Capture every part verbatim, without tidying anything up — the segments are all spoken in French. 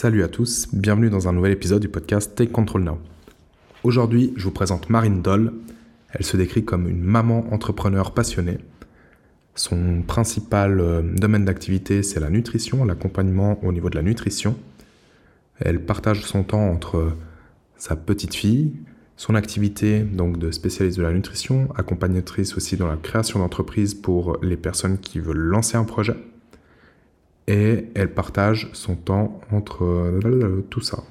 Salut à tous, bienvenue dans un nouvel épisode du podcast Take Control Now. Aujourd'hui, je vous présente Marine Doll. Elle se décrit comme une maman entrepreneur passionnée. Son principal euh, domaine d'activité, c'est la nutrition, l'accompagnement au niveau de la nutrition. Elle partage son temps entre sa petite fille, son activité donc de spécialiste de la nutrition, accompagnatrice aussi dans la création d'entreprises pour les personnes qui veulent lancer un projet. Et elle partage son temps entre euh, tout ça.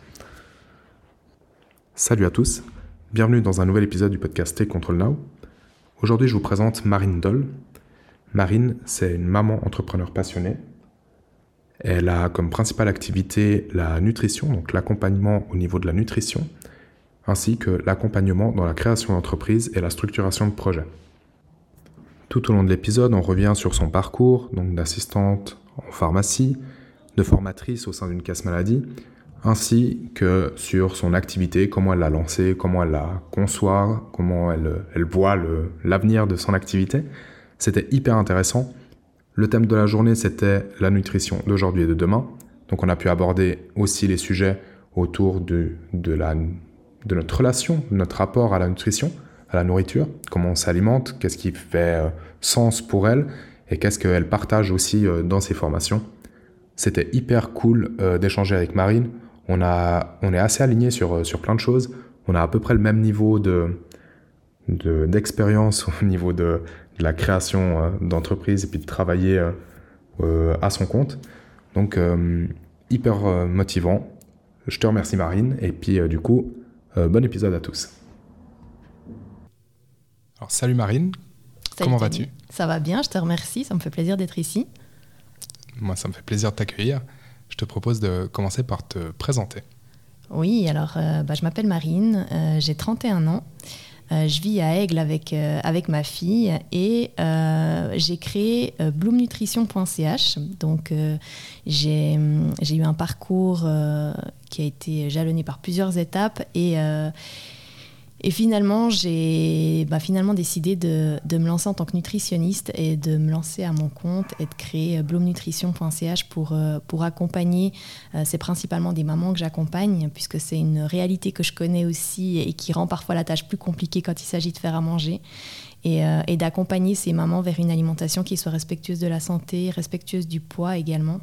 Salut à tous, bienvenue dans un nouvel épisode du podcast Take Control Now. Aujourd'hui, je vous présente Marine Doll. Marine, c'est une maman entrepreneur passionnée. Elle a comme principale activité la nutrition, donc l'accompagnement au niveau de la nutrition, ainsi que l'accompagnement dans la création d'entreprises et la structuration de projets. Tout au long de l'épisode, on revient sur son parcours, donc d'assistante en pharmacie, de formatrice au sein d'une caisse maladie, ainsi que sur son activité, comment elle l'a lancée, comment elle la conçoit, comment elle, elle voit le, l'avenir de son activité. C'était hyper intéressant. Le thème de la journée, c'était la nutrition d'aujourd'hui et de demain. Donc on a pu aborder aussi les sujets autour de, de, la, de notre relation, de notre rapport à la nutrition, à la nourriture, comment on s'alimente, qu'est-ce qui fait sens pour elle, et qu'est-ce qu'elle partage aussi dans ses formations. C'était hyper cool euh, d'échanger avec Marine. On, a, on est assez alignés sur, sur plein de choses. On a à peu près le même niveau de, de, d'expérience au niveau de, de la création euh, d'entreprise et puis de travailler euh, euh, à son compte. Donc, euh, hyper euh, motivant. Je te remercie Marine. Et puis, euh, du coup, euh, bon épisode à tous. Alors, salut Marine. Salut, comment Tony. vas-tu ? Ça va bien, je te remercie, ça me fait plaisir d'être ici. Moi, ça me fait plaisir de t'accueillir. Je te propose de commencer par te présenter. Oui, alors euh, bah, je m'appelle Marine, euh, j'ai trente et un ans. Euh, je vis à Aigle avec, euh, avec ma fille et euh, j'ai créé euh, bloom nutrition point c h. Donc, euh, j'ai, j'ai eu un parcours euh, qui a été jalonné par plusieurs étapes et... Euh, Et finalement, j'ai bah, finalement décidé de, de me lancer en tant que nutritionniste et de me lancer à mon compte et de créer bloom nutrition point c h pour, pour accompagner. Euh, c'est principalement des mamans que j'accompagne puisque c'est une réalité que je connais aussi et qui rend parfois la tâche plus compliquée quand il s'agit de faire à manger. Et, euh, et d'accompagner ces mamans vers une alimentation qui soit respectueuse de la santé, respectueuse du poids également.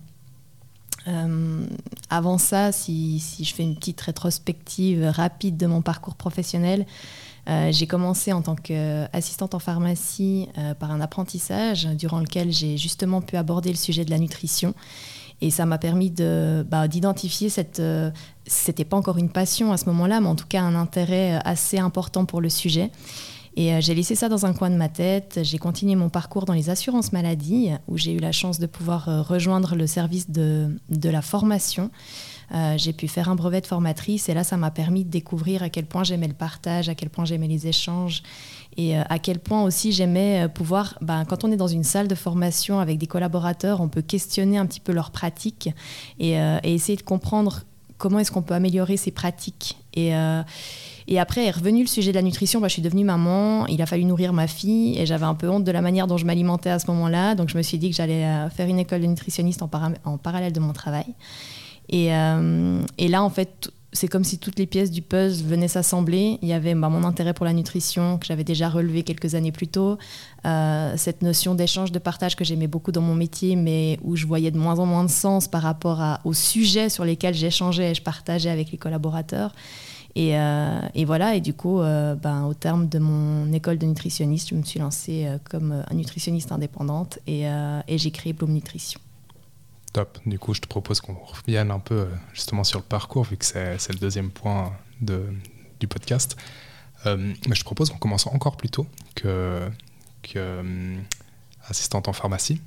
Euh, avant ça, si, si je fais une petite rétrospective rapide de mon parcours professionnel, euh, j'ai commencé en tant qu'assistante en pharmacie euh, par un apprentissage durant lequel j'ai justement pu aborder le sujet de la nutrition. Et ça m'a permis de, bah, d'identifier cette... Euh, c'était pas encore une passion à ce moment-là, mais en tout cas un intérêt assez important pour le sujet. Et euh, j'ai laissé ça dans un coin de ma tête. J'ai continué mon parcours dans les assurances maladie, où j'ai eu la chance de pouvoir euh, rejoindre le service de, de la formation. Euh, j'ai pu faire un brevet de formatrice et là, ça m'a permis de découvrir à quel point j'aimais le partage, à quel point j'aimais les échanges et euh, à quel point aussi j'aimais pouvoir... Ben, quand on est dans une salle de formation avec des collaborateurs, on peut questionner un petit peu leurs pratiques et, euh, et essayer de comprendre comment est-ce qu'on peut améliorer ces pratiques. Et... Euh, Et après est revenu le sujet de la nutrition. Bah, je suis devenue maman, il a fallu nourrir ma fille et j'avais un peu honte de la manière dont je m'alimentais à ce moment-là. Donc je me suis dit que j'allais euh, faire une école de nutritionniste en, para- en parallèle de mon travail. Et, euh, et là, en fait, c'est comme si toutes les pièces du puzzle venaient s'assembler. Il y avait bah, mon intérêt pour la nutrition que j'avais déjà relevé quelques années plus tôt. Euh, cette notion d'échange, de partage que j'aimais beaucoup dans mon métier, mais où je voyais de moins en moins de sens par rapport à, aux sujets sur lesquels j'échangeais et je partageais avec les collaborateurs. Et, euh, et voilà, et du coup, euh, ben, au terme de mon école de nutritionniste, je me suis lancée euh, comme euh, nutritionniste indépendante et, euh, et j'ai créé Bloom Nutrition. Top. Du coup, je te propose qu'on revienne un peu justement sur le parcours, vu que c'est, c'est le deuxième point de, du podcast. Euh, mais je te propose qu'on commence encore plus tôt que, que euh, assistante en pharmacie.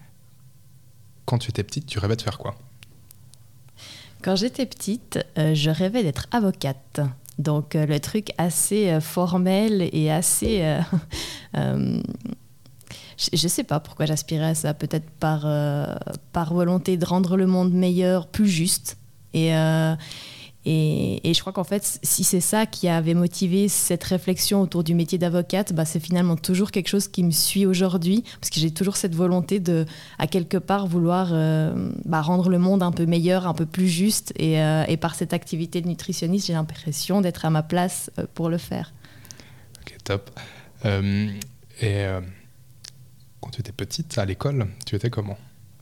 Quand tu étais petite, tu rêvais de faire quoi ? Quand j'étais petite, euh, je rêvais d'être avocate. Donc, euh, le truc assez euh, formel et assez... Euh, euh, je ne sais pas pourquoi j'aspirais à ça. Peut-être par, euh, par volonté de rendre le monde meilleur, plus juste. Et, euh, Et, et je crois qu'en fait, si c'est ça qui avait motivé cette réflexion autour du métier d'avocate, bah, c'est finalement toujours quelque chose qui me suit aujourd'hui, parce que j'ai toujours cette volonté de, à quelque part, vouloir euh, bah, rendre le monde un peu meilleur, un peu plus juste. Et, euh, et par cette activité de nutritionniste, j'ai l'impression d'être à ma place euh, pour le faire. Ok, top. Euh, et euh, quand tu étais petite, à l'école, tu étais comment ?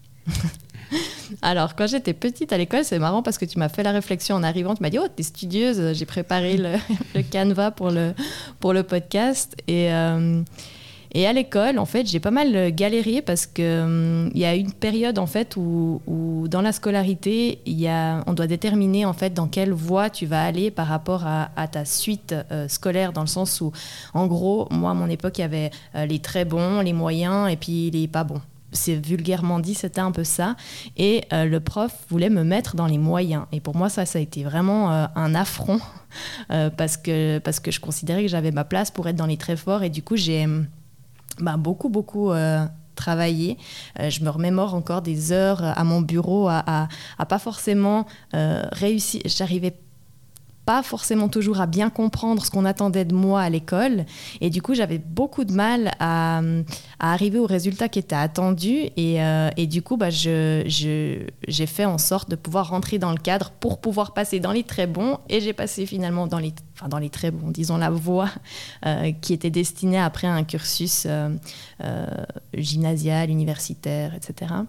Alors, quand j'étais petite à l'école, c'est marrant parce que tu m'as fait la réflexion en arrivant. Tu m'as dit, oh, t'es studieuse. J'ai préparé le, le canevas pour le, pour le podcast. Et, euh, et à l'école, en fait, j'ai pas mal galéré parce qu'il euh, y a une période, en fait, où, où dans la scolarité, y a, on doit déterminer, en fait, dans quelle voie tu vas aller par rapport à, à ta suite euh, scolaire, dans le sens où, en gros, moi, à mon époque, il y avait euh, les très bons, les moyens et puis les pas bons. C'est vulgairement dit, c'était un peu ça. Et euh, le prof voulait me mettre dans les moyens. Et pour moi, ça, ça a été vraiment euh, un affront euh, parce que, parce que je considérais que j'avais ma place pour être dans les très forts. Et du coup, j'ai bah, beaucoup, beaucoup euh, travaillé. Euh, je me remémore encore des heures à mon bureau à, à, à pas forcément euh, réussir. J'arrivais pas forcément toujours à bien comprendre ce qu'on attendait de moi à l'école. Et du coup, j'avais beaucoup de mal à, à arriver au résultat qui était attendu. Et, euh, et du coup, bah, je, je, j'ai fait en sorte de pouvoir rentrer dans le cadre pour pouvoir passer dans les très bons. Et j'ai passé finalement dans les, enfin, dans les très bons, disons la voie euh, qui était destinée après un cursus euh, euh, gymnasial, universitaire, et cetera.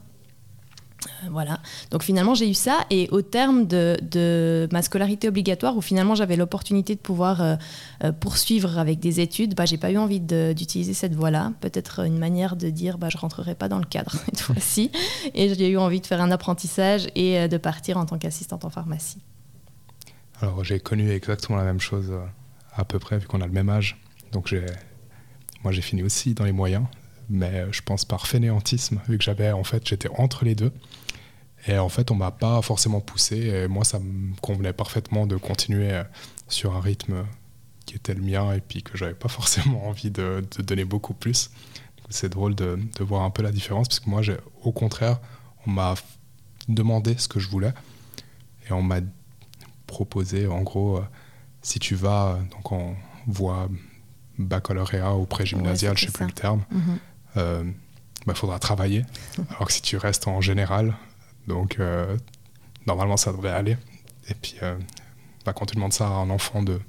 Euh, voilà. Donc finalement j'ai eu ça et au terme de, de ma scolarité obligatoire où finalement j'avais l'opportunité de pouvoir euh, euh, poursuivre avec des études, bah, j'ai pas eu envie de, d'utiliser cette voie-là. Peut-être une manière de dire bah, je rentrerai pas dans le cadre cette fois-ci. Et j'ai eu envie de faire un apprentissage et euh, de partir en tant qu'assistante en pharmacie. Alors j'ai connu exactement la même chose euh, à peu près vu qu'on a le même âge. Donc j'ai, moi j'ai fini aussi dans les moyens. Mais je pense par fainéantisme, vu que j'avais, en fait, j'étais entre les deux. Et en fait, on ne m'a pas forcément poussé. Et moi, ça me convenait parfaitement de continuer sur un rythme qui était le mien et puis que je n'avais pas forcément envie de, de donner beaucoup plus. C'est drôle de, de voir un peu la différence, parce que moi, j'ai, au contraire, on m'a demandé ce que je voulais. Et on m'a proposé, en gros, euh, si tu vas donc en voie baccalauréat ou pré-gymnasial, ouais, je ne sais plus le terme, mm-hmm. Euh, bah, faudra travailler, alors que si tu restes en général, donc euh, normalement ça devrait aller. Et puis euh, bah, quand tu demandes ça à un enfant de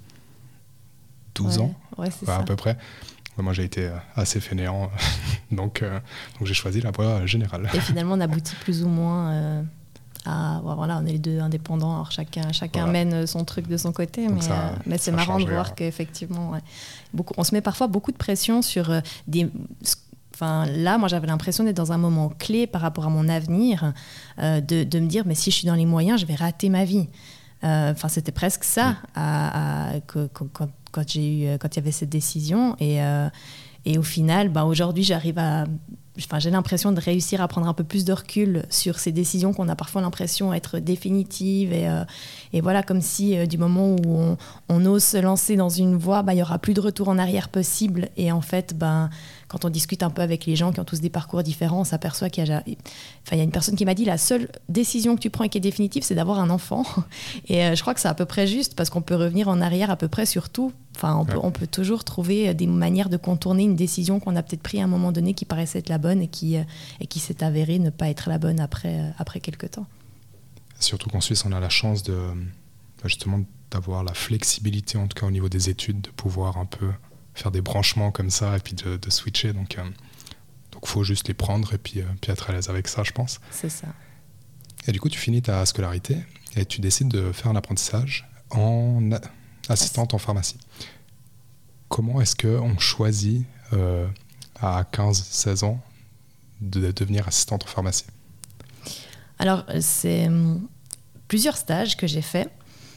douze ouais, ans, ouais, c'est bah, ça. à peu près, bah, moi j'ai été assez fainéant, donc, euh, donc j'ai choisi la voie générale. Et finalement on aboutit plus ou moins euh, à, voilà, on est les deux indépendants, alors chacun, chacun voilà. mène son truc de son côté, donc mais, ça, euh, mais c'est marrant de voir rien. qu'effectivement, ouais, beaucoup, on se met parfois beaucoup de pression sur euh, des... Enfin, là, moi, j'avais l'impression d'être dans un moment clé par rapport à mon avenir, euh, de, de me dire, mais si je suis dans les moyens, je vais rater ma vie. Euh, enfin, c'était presque ça, oui. à, à, que, quand, quand j'ai eu, quand il y avait cette décision. Et, euh, et au final, bah, aujourd'hui, j'arrive à... Enfin, j'ai l'impression de réussir à prendre un peu plus de recul sur ces décisions qu'on a parfois l'impression être définitives. Et, euh, et voilà, comme si euh, du moment où on, on ose se lancer dans une voie, bah, il n'y aura plus de retour en arrière possible. Et en fait, bah, quand on discute un peu avec les gens qui ont tous des parcours différents, on s'aperçoit qu'il y a, enfin, il y a une personne qui m'a dit la seule décision que tu prends et qui est définitive, c'est d'avoir un enfant. Et euh, je crois que c'est à peu près juste parce qu'on peut revenir en arrière à peu près sur tout. Enfin, on, ouais. peut, on peut toujours trouver des manières de contourner une décision qu'on a peut-être prise à un moment donné qui paraissait être la bonne et qui, et qui s'est avérée ne pas être la bonne après, après quelques temps. Surtout qu'en Suisse, on a la chance de, justement d'avoir la flexibilité, en tout cas au niveau des études, de pouvoir un peu faire des branchements comme ça et puis de, de switcher. Donc, il euh, faut juste les prendre et puis, euh, puis être à l'aise avec ça, je pense. C'est ça. Et du coup, tu finis ta scolarité et tu décides de faire un apprentissage en a- assistante en pharmacie. Comment est-ce qu'on choisit euh, à quinze seize ans de devenir assistante en pharmacie? Alors, c'est hum, plusieurs stages que j'ai faits.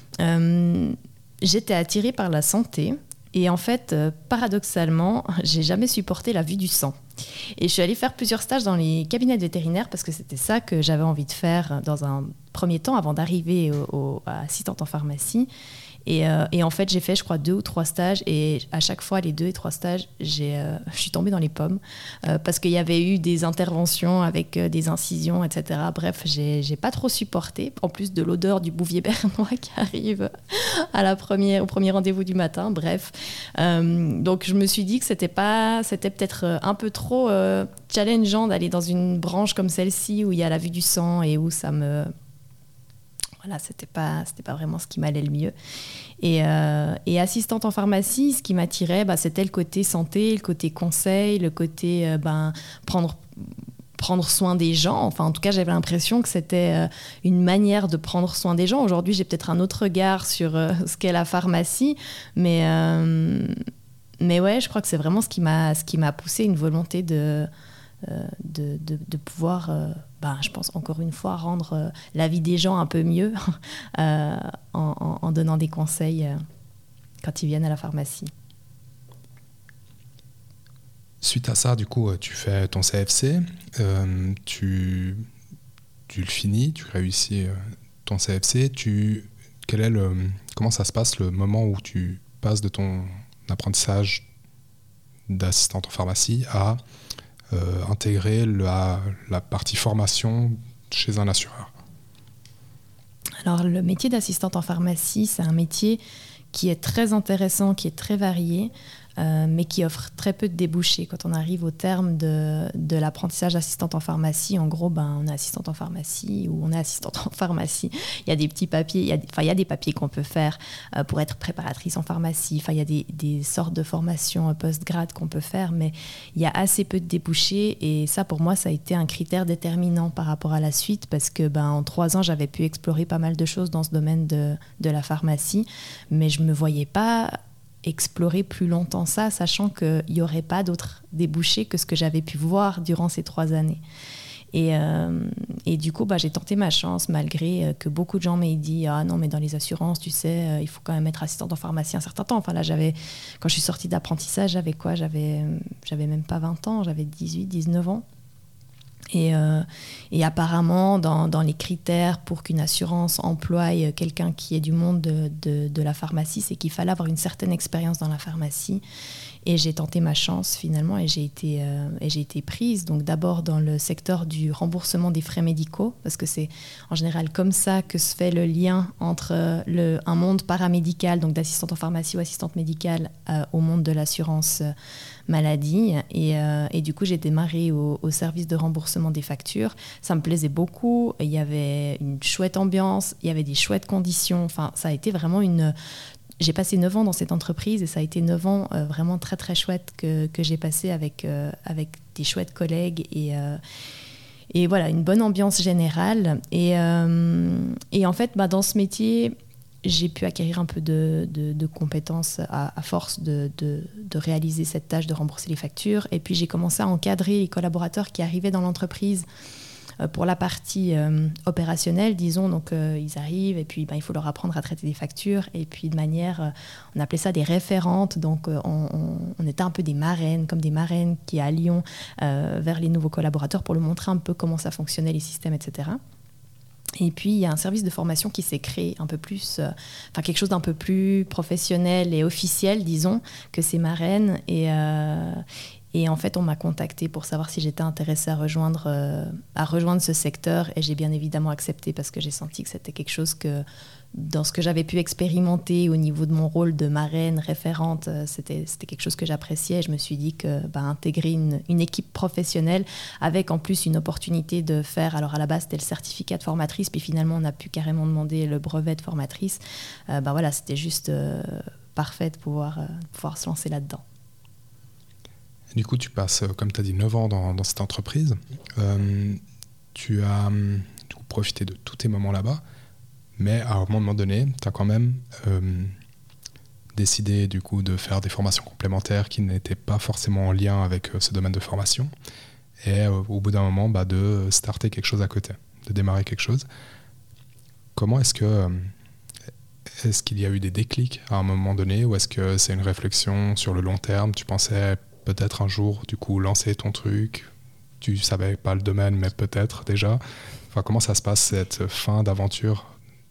Euh, j'étais attirée par la santé. Et en fait, euh, paradoxalement, j'ai jamais supporté la vue du sang. Et je suis allée faire plusieurs stages dans les cabinets vétérinaires parce que c'était ça que j'avais envie de faire dans un premier temps avant d'arriver au, au, à assistante en pharmacie. Et, euh, et en fait, j'ai fait, je crois, deux ou trois stages. Et à chaque fois, les deux et trois stages, j'ai, euh, je suis tombée dans les pommes euh, parce qu'il y avait eu des interventions avec euh, des incisions, et cetera. Bref, j'ai, j'ai pas trop supporté. En plus de l'odeur du bouvier bernois qui arrive à la première, au premier rendez-vous du matin. Bref. Euh, donc, je me suis dit que c'était, pas, c'était peut-être un peu trop euh, challengeant d'aller dans une branche comme celle-ci où il y a la vue du sang et où ça me... Voilà, c'était pas, c'était pas vraiment ce qui m'allait le mieux. Et, euh, et assistante en pharmacie, ce qui m'attirait, bah, c'était le côté santé, le côté conseil, le côté euh, ben, prendre, prendre soin des gens. Enfin, en tout cas, j'avais l'impression que c'était euh, une manière de prendre soin des gens. Aujourd'hui, j'ai peut-être un autre regard sur euh, ce qu'est la pharmacie, mais, euh, mais ouais, je crois que c'est vraiment ce qui m'a, ce qui m'a poussé, une volonté de... Euh, de, de, de pouvoir, euh, ben, je pense encore une fois, rendre euh, la vie des gens un peu mieux euh, en, en, en donnant des conseils euh, quand ils viennent à la pharmacie. Suite à ça, du coup, tu fais ton C F C, euh, tu, tu le finis, tu réussis ton C F C. Tu, quel est le, comment ça se passe le moment où tu passes de ton apprentissage d'assistante en pharmacie à Euh, intégrer la, la partie formation chez un assureur? Alors, le métier d'assistante en pharmacie, c'est un métier qui est très intéressant, qui est très varié, euh, mais qui offre très peu de débouchés. Quand on arrive au terme de, de l'apprentissage d'assistante en pharmacie, en gros, ben, on est assistante en pharmacie ou on est assistante en pharmacie. Il y a des petits papiers, il y a, enfin, il y a des papiers qu'on peut faire euh, pour être préparatrice en pharmacie. Enfin, il y a des, des sortes de formations post-grad qu'on peut faire, mais il y a assez peu de débouchés. Et ça, pour moi, ça a été un critère déterminant par rapport à la suite, parce que ben, en trois ans, j'avais pu explorer pas mal de choses dans ce domaine de, de la pharmacie, mais je ne me voyais pas explorer plus longtemps ça, sachant qu'il n'y aurait pas d'autres débouchés que ce que j'avais pu voir durant ces trois années. Et, euh, et du coup, bah, j'ai tenté ma chance, malgré que beaucoup de gens m'aient dit « Ah non, mais dans les assurances, tu sais, euh, il faut quand même être assistante en pharmacie un certain temps. » Enfin là, j'avais, quand je suis sortie d'apprentissage, j'avais quoi j'avais, j'avais même pas vingt ans, j'avais dix-huit, dix-neuf ans. Et, euh, et apparemment, dans, dans les critères pour qu'une assurance emploie quelqu'un qui est du monde de, de, de la pharmacie, c'est qu'il fallait avoir une certaine expérience dans la pharmacie. Et j'ai tenté ma chance finalement et j'ai été, euh, et j'ai été prise. Donc d'abord dans le secteur du remboursement des frais médicaux, parce que c'est en général comme ça que se fait le lien entre le, un monde paramédical, donc d'assistante en pharmacie ou assistante médicale, euh, au monde de l'assurance euh, maladie. Et, euh, et du coup, j'ai démarré au, au service de remboursement des factures. Ça me plaisait beaucoup. Il y avait une chouette ambiance, il y avait des chouettes conditions. Enfin, ça a été vraiment une... J'ai passé neuf ans dans cette entreprise et ça a été neuf ans euh, vraiment très très chouettes que, que j'ai passé avec, euh, avec des chouettes collègues et, euh, et voilà, une bonne ambiance générale. Et, euh, et en fait, bah, dans ce métier, j'ai pu acquérir un peu de, de, de compétences à, à force de, de, de réaliser cette tâche de rembourser les factures. Et puis j'ai commencé à encadrer les collaborateurs qui arrivaient dans l'entreprise pour la partie euh, opérationnelle, disons. Donc euh, ils arrivent et puis ben, il faut leur apprendre à traiter des factures et puis de manière, euh, on appelait ça des référentes, donc euh, on, on, on était un peu des marraines, comme des marraines qui allions euh, vers les nouveaux collaborateurs pour leur montrer un peu comment ça fonctionnait, les systèmes, et cetera. Et puis, il y a un service de formation qui s'est créé un peu plus, euh, enfin quelque chose d'un peu plus professionnel et officiel, disons, que ces marraines. Et, euh, et en fait, on m'a contactée pour savoir si j'étais intéressée à rejoindre, euh, à rejoindre ce secteur. Et j'ai bien évidemment accepté parce que j'ai senti que c'était quelque chose que, dans ce que j'avais pu expérimenter au niveau de mon rôle de marraine, référente, c'était, c'était quelque chose que j'appréciais. Je me suis dit que bah, intégrer une, une équipe professionnelle avec en plus une opportunité de faire, alors à la base c'était le certificat de formatrice, puis finalement on a pu carrément demander le brevet de formatrice, euh, bah, voilà, c'était juste euh, parfait de pouvoir, euh, pouvoir se lancer là-dedans. Et du coup tu passes, comme tu as dit, neuf ans dans, dans cette entreprise. Euh, tu as du coup, profité de tous tes moments là-bas. Mais à un moment donné, tu as quand même euh, décidé du coup, de faire des formations complémentaires qui n'étaient pas forcément en lien avec euh, ce domaine de formation. Et euh, au bout d'un moment, bah, de starter quelque chose à côté, de démarrer quelque chose. Comment est-ce que... Euh, est-ce qu'il y a eu des déclics à un moment donné ou est-ce que c'est une réflexion sur le long terme? Tu pensais peut-être un jour du coup, lancer ton truc, tu ne savais pas le domaine, mais peut-être déjà. Enfin, comment ça se passe cette fin d'aventure?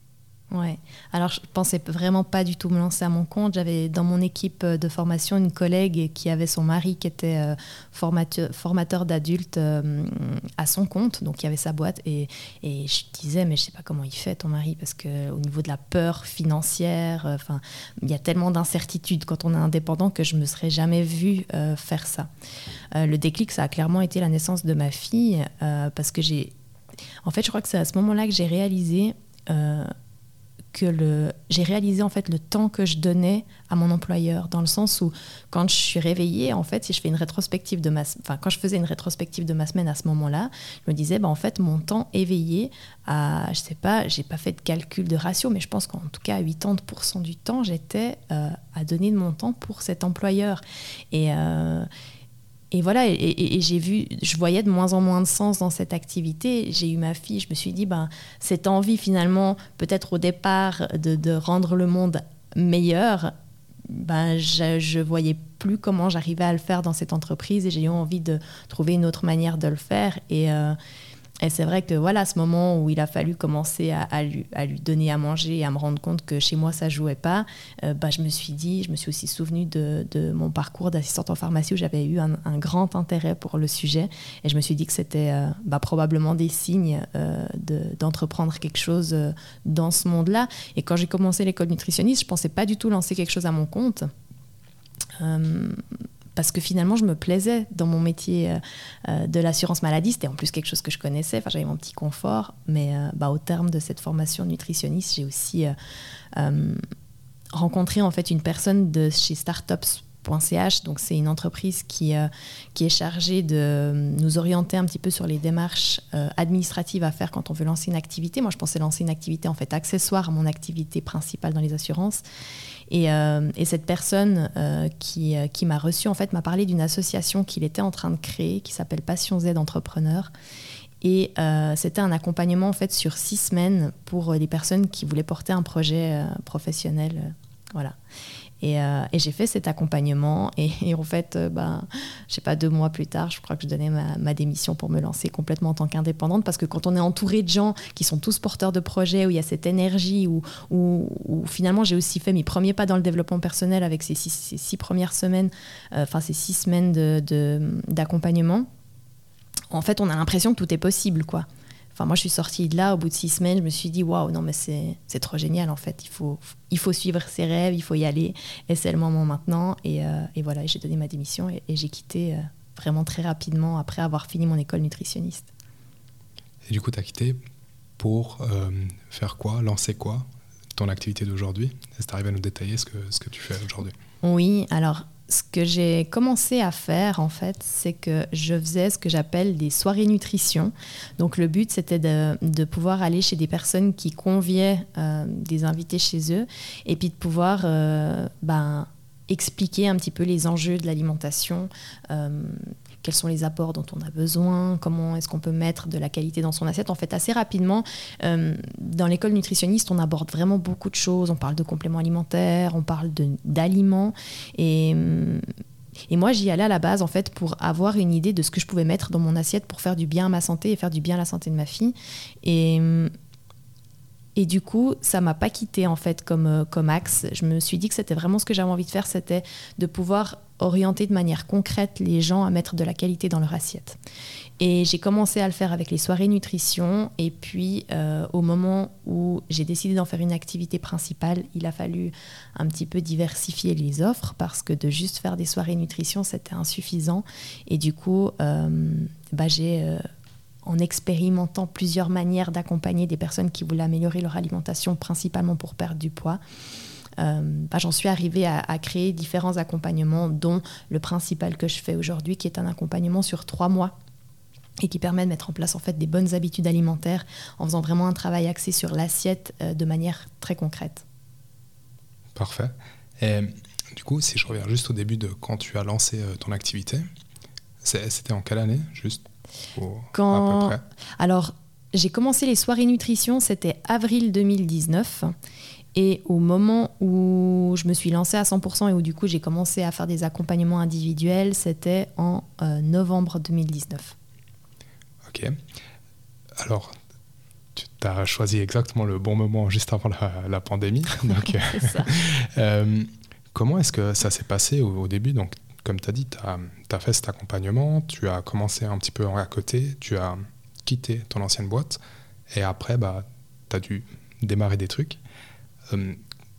Ouais. Alors, je pensais vraiment pas du tout me lancer à mon compte. J'avais dans mon équipe de formation une collègue qui avait son mari qui était euh, formateur, formateur d'adultes euh, à son compte, donc il y avait sa boîte. Et, et je disais, mais je sais pas comment il fait ton mari, parce qu'au niveau de la peur financière, enfin, euh, il y a tellement d'incertitudes quand on est indépendant que je me serais jamais vue euh, faire ça. Euh, le déclic, ça a clairement été la naissance de ma fille, euh, parce que j'ai... En fait, je crois que c'est à ce moment-là que j'ai réalisé... Euh, que le, j'ai réalisé en fait le temps que je donnais à mon employeur, dans le sens où quand je suis réveillée, en fait, si je fais une rétrospective de ma, enfin quand je faisais une rétrospective de ma semaine à ce moment-là, je me disais, bah, en fait, mon temps éveillé, à, je sais pas, j'ai pas fait de calcul de ratio, mais je pense qu'en tout cas à quatre-vingts pour cent du temps, j'étais euh, à donner de mon temps pour cet employeur. Et euh, Et voilà, et, et, et j'ai vu, je voyais de moins en moins de sens dans cette activité. J'ai eu ma fille, je me suis dit, ben, cette envie finalement, peut-être au départ, de, de rendre le monde meilleur, ben, je ne voyais plus comment j'arrivais à le faire dans cette entreprise, et j'ai eu envie de trouver une autre manière de le faire. Et, euh, et c'est vrai que voilà, ce moment où il a fallu commencer à, à, lui, à lui donner à manger et à me rendre compte que chez moi ça ne jouait pas, euh, bah, je me suis dit, je me suis aussi souvenue de, de mon parcours d'assistante en pharmacie où j'avais eu un, un grand intérêt pour le sujet, et je me suis dit que c'était euh, bah, probablement des signes euh, de, d'entreprendre quelque chose euh, dans ce monde-là. Et quand j'ai commencé l'école nutritionniste, je ne pensais pas du tout lancer quelque chose à mon compte. Euh, Parce que finalement, je me plaisais dans mon métier euh, de l'assurance maladie. C'était en plus quelque chose que je connaissais. Enfin, j'avais mon petit confort. Mais euh, bah, au terme de cette formation nutritionniste, j'ai aussi euh, euh, rencontré en fait une personne de chez startups point c h. Donc, c'est une entreprise qui, euh, qui est chargée de nous orienter un petit peu sur les démarches euh, administratives à faire quand on veut lancer une activité. Moi, je pensais lancer une activité en fait accessoire à mon activité principale dans les assurances. Et, euh, et cette personne euh, qui, euh, qui m'a reçue, en fait, m'a parlé d'une association qu'il était en train de créer, qui s'appelle Passion Z Entrepreneur. Et euh, c'était un accompagnement, en fait, sur six semaines pour les personnes qui voulaient porter un projet euh, professionnel. Euh, voilà. Et, euh, et j'ai fait cet accompagnement. Et, et en fait, euh, bah, je sais pas, deux mois plus tard, je crois que je donnais ma, ma démission pour me lancer complètement en tant qu'indépendante. Parce que quand on est entouré de gens qui sont tous porteurs de projets, où il y a cette énergie, où, où, où finalement j'ai aussi fait mes premiers pas dans le développement personnel avec ces six, ces six premières semaines, euh, enfin ces six semaines de, de, d'accompagnement, en fait, on a l'impression que tout est possible, quoi. Enfin, moi, je suis sortie de là, au bout de six semaines, je me suis dit, waouh, non, mais c'est, c'est trop génial, en fait. Il faut, il faut suivre ses rêves, il faut y aller, et c'est le moment maintenant. Et, euh, et voilà, j'ai donné ma démission et, et j'ai quitté euh, vraiment très rapidement après avoir fini mon école nutritionniste. Et du coup, tu as quitté pour euh, faire quoi, lancer quoi, ton activité d'aujourd'hui? Est-ce que tu arrives à nous détailler ce que, ce que tu fais aujourd'hui? Oui, alors... Ce que j'ai commencé à faire, en fait, c'est que je faisais ce que j'appelle des soirées nutrition. Donc, le but, c'était de, de pouvoir aller chez des personnes qui conviaient euh, des invités chez eux et puis de pouvoir euh, ben, expliquer un petit peu les enjeux de l'alimentation, euh, quels sont les apports dont on a besoin, comment est-ce qu'on peut mettre de la qualité dans son assiette. En fait, assez rapidement, euh, dans l'école nutritionniste, on aborde vraiment beaucoup de choses. On parle de compléments alimentaires, on parle de, d'aliments. Et, et moi, j'y allais à la base, en fait, pour avoir une idée de ce que je pouvais mettre dans mon assiette pour faire du bien à ma santé et faire du bien à la santé de ma fille. Et... Et du coup, ça ne m'a pas quittée en fait comme, comme axe. Je me suis dit que c'était vraiment ce que j'avais envie de faire, c'était de pouvoir orienter de manière concrète les gens à mettre de la qualité dans leur assiette. Et j'ai commencé à le faire avec les soirées nutrition. Et puis, euh, au moment où j'ai décidé d'en faire une activité principale, il a fallu un petit peu diversifier les offres parce que de juste faire des soirées nutrition, c'était insuffisant. Et du coup, euh, bah, j'ai... Euh, en expérimentant plusieurs manières d'accompagner des personnes qui voulaient améliorer leur alimentation, principalement pour perdre du poids, euh, bah, j'en suis arrivée à, à créer différents accompagnements, dont le principal que je fais aujourd'hui, qui est un accompagnement sur trois mois et qui permet de mettre en place en fait, des bonnes habitudes alimentaires en faisant vraiment un travail axé sur l'assiette euh, de manière très concrète. Parfait. Et du coup, si je reviens juste au début de quand tu as lancé euh, ton activité, c'est, c'était en quelle année, juste pour, quand... à peu près? Alors, j'ai commencé les soirées nutrition, c'était avril deux mille dix-neuf. Et au moment où je me suis lancée à cent pour cent et où du coup j'ai commencé à faire des accompagnements individuels, c'était en euh, novembre deux mille dix-neuf. Ok. Alors, tu, tu as choisi exactement le bon moment juste avant la, la pandémie. Donc, c'est ça. euh, comment est-ce que ça s'est passé au, au début? Donc, comme tu as dit, tu as fait cet accompagnement, tu as commencé un petit peu à côté, tu as quitté ton ancienne boîte et après, bah, tu as dû démarrer des trucs. Euh,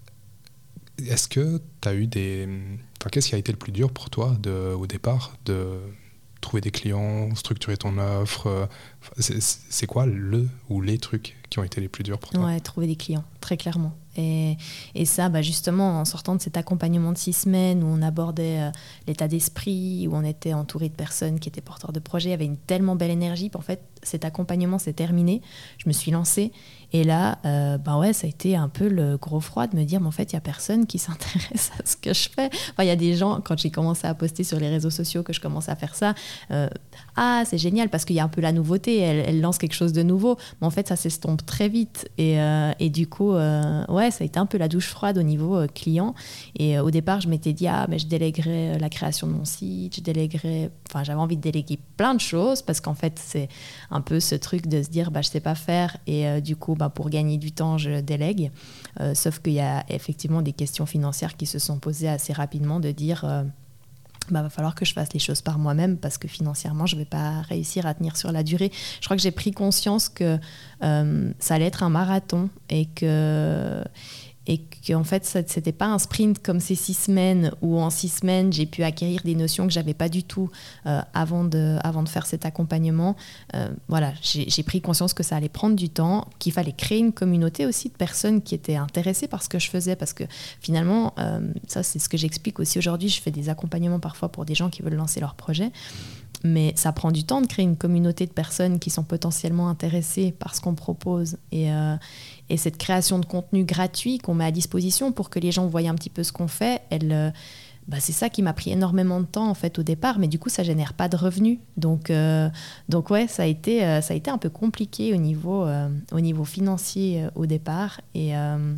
est-ce que tu as eu des... Enfin, qu'est-ce qui a été le plus dur pour toi de, au départ de trouver des clients, structurer ton offre? C'est, c'est quoi le ou les trucs qui ont été les plus durs pour toi? Ouais, trouver des clients, très clairement. Et, et ça, bah justement, en sortant de cet accompagnement de six semaines où on abordait euh, l'état d'esprit, où on était entouré de personnes qui étaient porteurs de projets, il y avait une tellement belle énergie. En fait, cet accompagnement s'est terminé. Je me suis lancée. Et là, euh, bah ouais, ça a été un peu le gros froid de me dire, mais en fait, il n'y a personne qui s'intéresse à ce que je fais. Enfin, il y a des gens, quand j'ai commencé à poster sur les réseaux sociaux, que je commence à faire ça, euh, ah, c'est génial parce qu'il y a un peu la nouveauté, elle, elle lance quelque chose de nouveau. Mais en fait, ça s'estompe très vite. Et, euh, et du coup, euh, ouais, ça a été un peu la douche froide au niveau euh, client. Et euh, au départ, je m'étais dit, ah, mais je déléguerais la création de mon site, je déléguerais... Enfin, j'avais envie de déléguer plein de choses parce qu'en fait, c'est un peu ce truc de se dire, bah, je ne sais pas faire. Et euh, du coup, bah, pour gagner du temps, je délègue. Euh, sauf qu'il y a effectivement des questions financières qui se sont posées assez rapidement de dire... Euh, bah, va falloir que je fasse les choses par moi-même parce que financièrement, je ne vais pas réussir à tenir sur la durée. Je crois que j'ai pris conscience que euh, ça allait être un marathon et que... et qu'en fait, ce n'était pas un sprint comme ces six semaines où en six semaines, j'ai pu acquérir des notions que je n'avais pas du tout euh, avant, de, avant de faire cet accompagnement. Euh, voilà, j'ai, j'ai pris conscience que ça allait prendre du temps, qu'il fallait créer une communauté aussi de personnes qui étaient intéressées par ce que je faisais parce que finalement, euh, ça c'est ce que j'explique aussi aujourd'hui, je fais des accompagnements parfois pour des gens qui veulent lancer leur projet. Mais ça prend du temps de créer une communauté de personnes qui sont potentiellement intéressées par ce qu'on propose. Et, euh, et cette création de contenu gratuit qu'on met à disposition pour que les gens voient un petit peu ce qu'on fait, elle, euh, bah c'est ça qui m'a pris énormément de temps en fait, au départ. Mais du coup, ça ne génère pas de revenus. Donc, euh, donc ouais, ça a, été, euh, ça a été un peu compliqué au niveau, euh, au niveau financier euh, au départ. Et... Euh,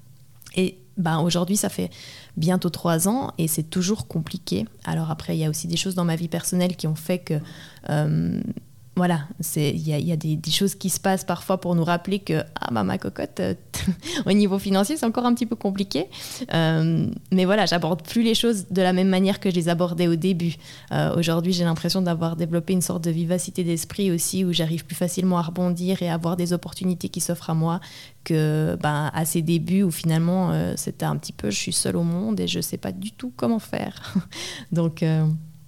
et ben, aujourd'hui, ça fait bientôt trois ans et c'est toujours compliqué. Alors après, il y a aussi des choses dans ma vie personnelle qui ont fait que... Euh, voilà, il y a, y a des, des choses qui se passent parfois pour nous rappeler que ah bah ma cocotte, euh, au niveau financier, c'est encore un petit peu compliqué. Euh, mais voilà, j'aborde plus les choses de la même manière que je les abordais au début. Euh, aujourd'hui, j'ai l'impression d'avoir développé une sorte de vivacité d'esprit aussi, où j'arrive plus facilement à rebondir et à avoir des opportunités qui s'offrent à moi que bah, à ces débuts où finalement euh, c'était un petit peu je suis seule au monde et je sais pas du tout comment faire. Donc euh,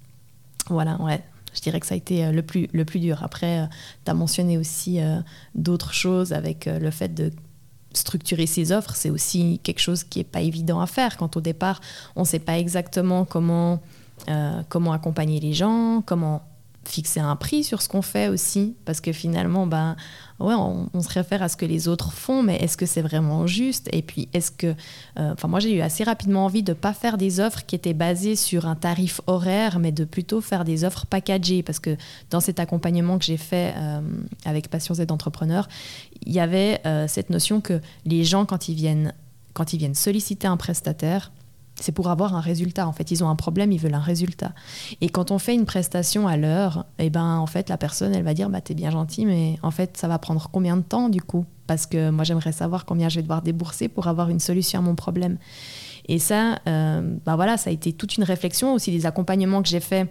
voilà, ouais. Je dirais que ça a été le plus, le plus dur. Après, tu as mentionné aussi euh, d'autres choses avec euh, le fait de structurer ses offres. C'est aussi quelque chose qui n'est pas évident à faire. Quand au départ, on ne sait pas exactement comment, euh, comment accompagner les gens, comment fixer un prix sur ce qu'on fait aussi. Parce que finalement, ben, ouais, on, on se réfère à ce que les autres font, mais est-ce que c'est vraiment juste? Et puis, est-ce que... Euh, moi, j'ai eu assez rapidement envie de ne pas faire des offres qui étaient basées sur un tarif horaire, mais de plutôt faire des offres packagées. Parce que dans cet accompagnement que j'ai fait euh, avec Passion Z Entrepreneur, il y avait euh, cette notion que les gens, quand ils viennent, quand ils viennent solliciter un prestataire, c'est pour avoir un résultat. En fait, ils ont un problème, ils veulent un résultat. Et quand on fait une prestation à l'heure, eh ben, en fait, la personne, elle va dire bah, « t'es bien gentil, mais en fait, ça va prendre combien de temps, du coup ?» Parce que moi, j'aimerais savoir combien je vais devoir débourser pour avoir une solution à mon problème. Et ça, euh, bah voilà, ça a été toute une réflexion, aussi des accompagnements que j'ai faits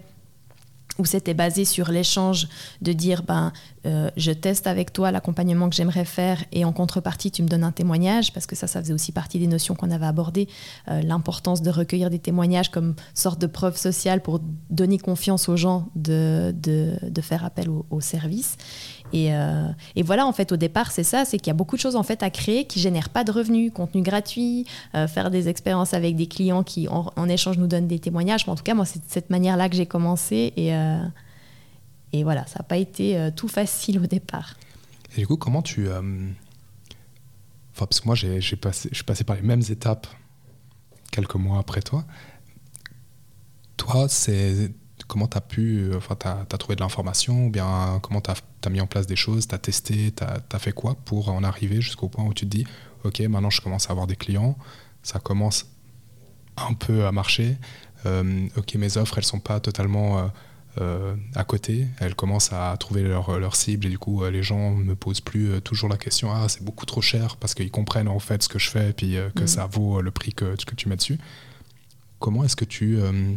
où c'était basé sur l'échange de dire ben, euh, je teste avec toi l'accompagnement que j'aimerais faire et en contrepartie tu me donnes un témoignage, parce que ça, ça faisait aussi partie des notions qu'on avait abordées, euh, l'importance de recueillir des témoignages comme sorte de preuve sociale pour donner confiance aux gens de, de, de faire appel au, au service. Et, euh, et voilà, en fait, au départ, c'est ça, c'est qu'il y a beaucoup de choses en fait à créer qui génèrent pas de revenus, contenu gratuit, euh, faire des expériences avec des clients qui, en, en échange, nous donnent des témoignages. Mais en tout cas, moi, c'est de cette manière-là que j'ai commencé. Et, euh, et voilà, ça n'a pas été euh, tout facile au départ. Et du coup, comment tu... Euh... Enfin, parce que moi, j'ai, j'ai passé, je suis passé par les mêmes étapes quelques mois après toi. Toi, c'est... Comment tu as pu, enfin, tu as trouvé de l'information, ou bien comment tu as mis en place des choses, tu as testé, tu as fait quoi pour en arriver jusqu'au point où tu te dis ok, maintenant je commence à avoir des clients, ça commence un peu à marcher, euh, ok, mes offres elles sont pas totalement euh, euh, à côté, elles commencent à trouver leur, leur cible et du coup, euh, les gens ne me posent plus euh, toujours la question « Ah, c'est beaucoup trop cher » parce qu'ils comprennent en fait ce que je fais et puis euh, que mmh. ça vaut le prix que, que tu mets dessus. Comment est-ce que tu euh,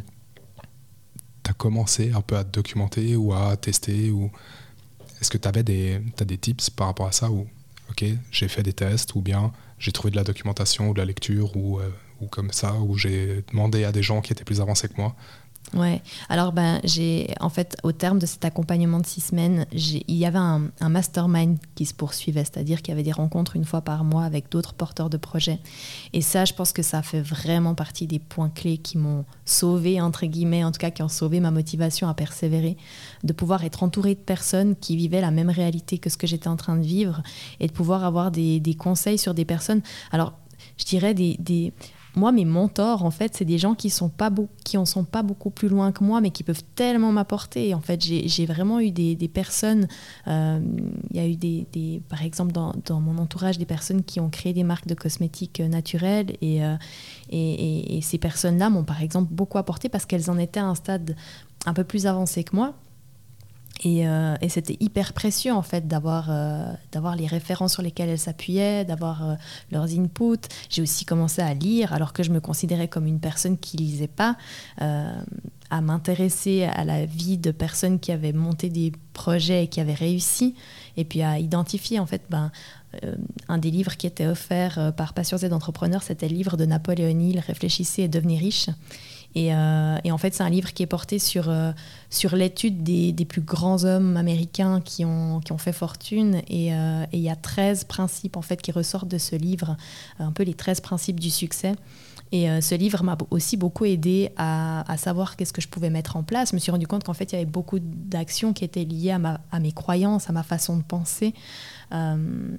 as commencé un peu à te documenter ou à tester ou... Est-ce que tu avais des, t'as des tips par rapport à ça où, ok, j'ai fait des tests ou bien j'ai trouvé de la documentation ou de la lecture ou, euh, ou comme ça, où j'ai demandé à des gens qui étaient plus avancés que moi? Ouais, alors ben, j'ai, en fait, au terme de cet accompagnement de six semaines, j'ai, il y avait un, un mastermind qui se poursuivait, c'est-à-dire qu'il y avait des rencontres une fois par mois avec d'autres porteurs de projets. Et ça, je pense que ça fait vraiment partie des points clés qui m'ont sauvé, entre guillemets, en tout cas qui ont sauvé ma motivation à persévérer, de pouvoir être entourée de personnes qui vivaient la même réalité que ce que j'étais en train de vivre et de pouvoir avoir des, des conseils sur des personnes. Alors, je dirais des... des Moi, mes mentors, en fait, c'est des gens qui sont pas beau- qui en sont pas beaucoup plus loin que moi, mais qui peuvent tellement m'apporter. En fait, j'ai, j'ai vraiment eu des, des personnes, euh, il y a eu des, des, par exemple, dans, dans mon entourage, des personnes qui ont créé des marques de cosmétiques naturels. Et, euh, et, et, et ces personnes-là m'ont, par exemple, beaucoup apporté parce qu'elles en étaient à un stade un peu plus avancé que moi. Et, euh, et c'était hyper précieux en fait d'avoir, euh, d'avoir les références sur lesquelles elles s'appuyaient, d'avoir euh, leurs inputs. J'ai aussi commencé à lire alors que je me considérais comme une personne qui lisait pas, euh, à m'intéresser à la vie de personnes qui avaient monté des projets et qui avaient réussi, et puis à identifier en fait ben, euh, un des livres qui était offert euh, par Passion Z Entrepreneur, c'était le livre de Napoléon Hill, Réfléchissez et devenez riche. Et, euh, et en fait, c'est un livre qui est porté sur, euh, sur l'étude des, des plus grands hommes américains qui ont, qui ont fait fortune. Et euh, il y a treize principes en fait, qui ressortent de ce livre, un peu les treize principes du succès. Et euh, ce livre m'a aussi beaucoup aidé à, à savoir qu'est-ce que je pouvais mettre en place. Je me suis rendu compte qu'en fait, il y avait beaucoup d'actions qui étaient liées à, ma, à mes croyances, à ma façon de penser. Euh,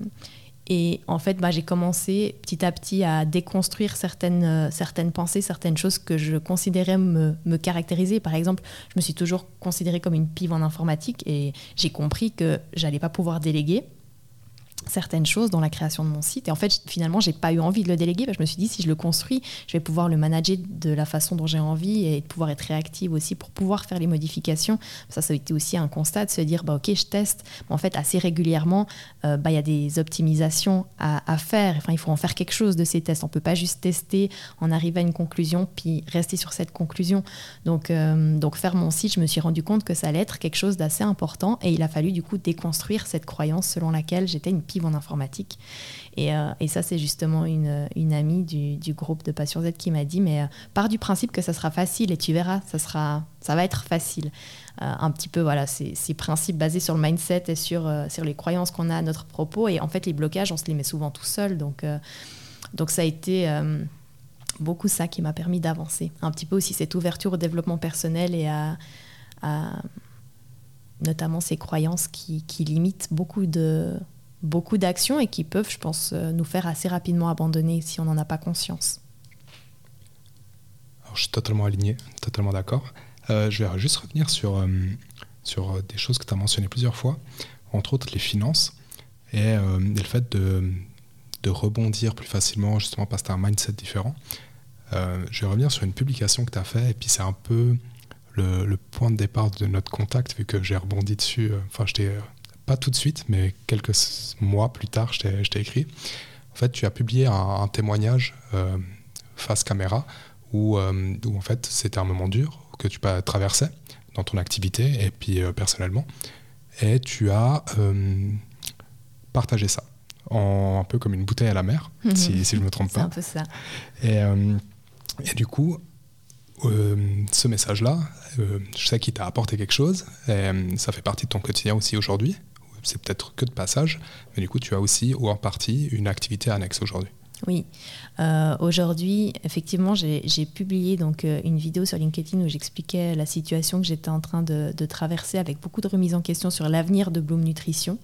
Et en fait, bah, j'ai commencé petit à petit à déconstruire certaines, euh, certaines pensées, certaines choses que je considérais me, me caractériser. Par exemple, je me suis toujours considérée comme une pive en informatique et j'ai compris que je n'allais pas pouvoir déléguer certaines choses dans la création de mon site. Et en fait, finalement, je n'ai pas eu envie de le déléguer. Parce que je me suis dit, si je le construis, je vais pouvoir le manager de la façon dont j'ai envie et de pouvoir être réactive aussi pour pouvoir faire les modifications. Ça, ça a été aussi un constat de se dire, bah, OK, je teste. Mais en fait, assez régulièrement, euh, bah, y a des optimisations à, à faire. Enfin, il faut en faire quelque chose de ces tests. On ne peut pas juste tester, en arriver à une conclusion, puis rester sur cette conclusion. Donc, euh, donc, faire mon site, je me suis rendu compte que ça allait être quelque chose d'assez important. Et il a fallu, du coup, déconstruire cette croyance selon laquelle j'étais une pive en informatique. Et, euh, et ça, c'est justement une, une amie du, du groupe de Passion Z qui m'a dit, mais euh, pars du principe que ça sera facile et tu verras, ça, sera, ça va être facile. Euh, un petit peu, voilà, ces, ces principes basés sur le mindset et sur, euh, sur les croyances qu'on a à notre propos. Et en fait, les blocages, on se les met souvent tout seul. Donc, euh, donc ça a été euh, beaucoup ça qui m'a permis d'avancer. Un petit peu aussi cette ouverture au développement personnel et à... à notamment ces croyances qui, qui limitent beaucoup de... beaucoup d'actions et qui peuvent, je pense, nous faire assez rapidement abandonner si on n'en a pas conscience. Alors, je suis totalement aligné, totalement d'accord. Euh, je vais juste revenir sur, euh, sur des choses que tu as mentionnées plusieurs fois, entre autres les finances et, euh, et le fait de, de rebondir plus facilement, justement parce que tu as un mindset différent. Euh, je vais revenir sur une publication que tu as faite et puis c'est un peu le, le point de départ de notre contact, vu que j'ai rebondi dessus. Enfin, je t'ai... pas tout de suite, mais quelques mois plus tard, je t'ai, je t'ai écrit. En fait, tu as publié un, un témoignage euh, face caméra où, euh, où en fait, c'était un moment dur que tu traversais dans ton activité et puis euh, personnellement. Et tu as euh, partagé ça en, un peu comme une bouteille à la mer, mmh. si, si je ne me trompe C'est pas. C'est un peu ça. Et, euh, et du coup, Euh, ce message-là, euh, je sais qu'il t'a apporté quelque chose, et euh, ça fait partie de ton quotidien aussi aujourd'hui. C'est peut-être que de passage, mais du coup, tu as aussi, ou en partie, une activité annexe aujourd'hui. Oui. Euh, aujourd'hui, effectivement, j'ai, j'ai publié donc, euh, une vidéo sur LinkedIn où j'expliquais la situation que j'étais en train de, de traverser avec beaucoup de remises en question sur l'avenir de Bloom Nutrition.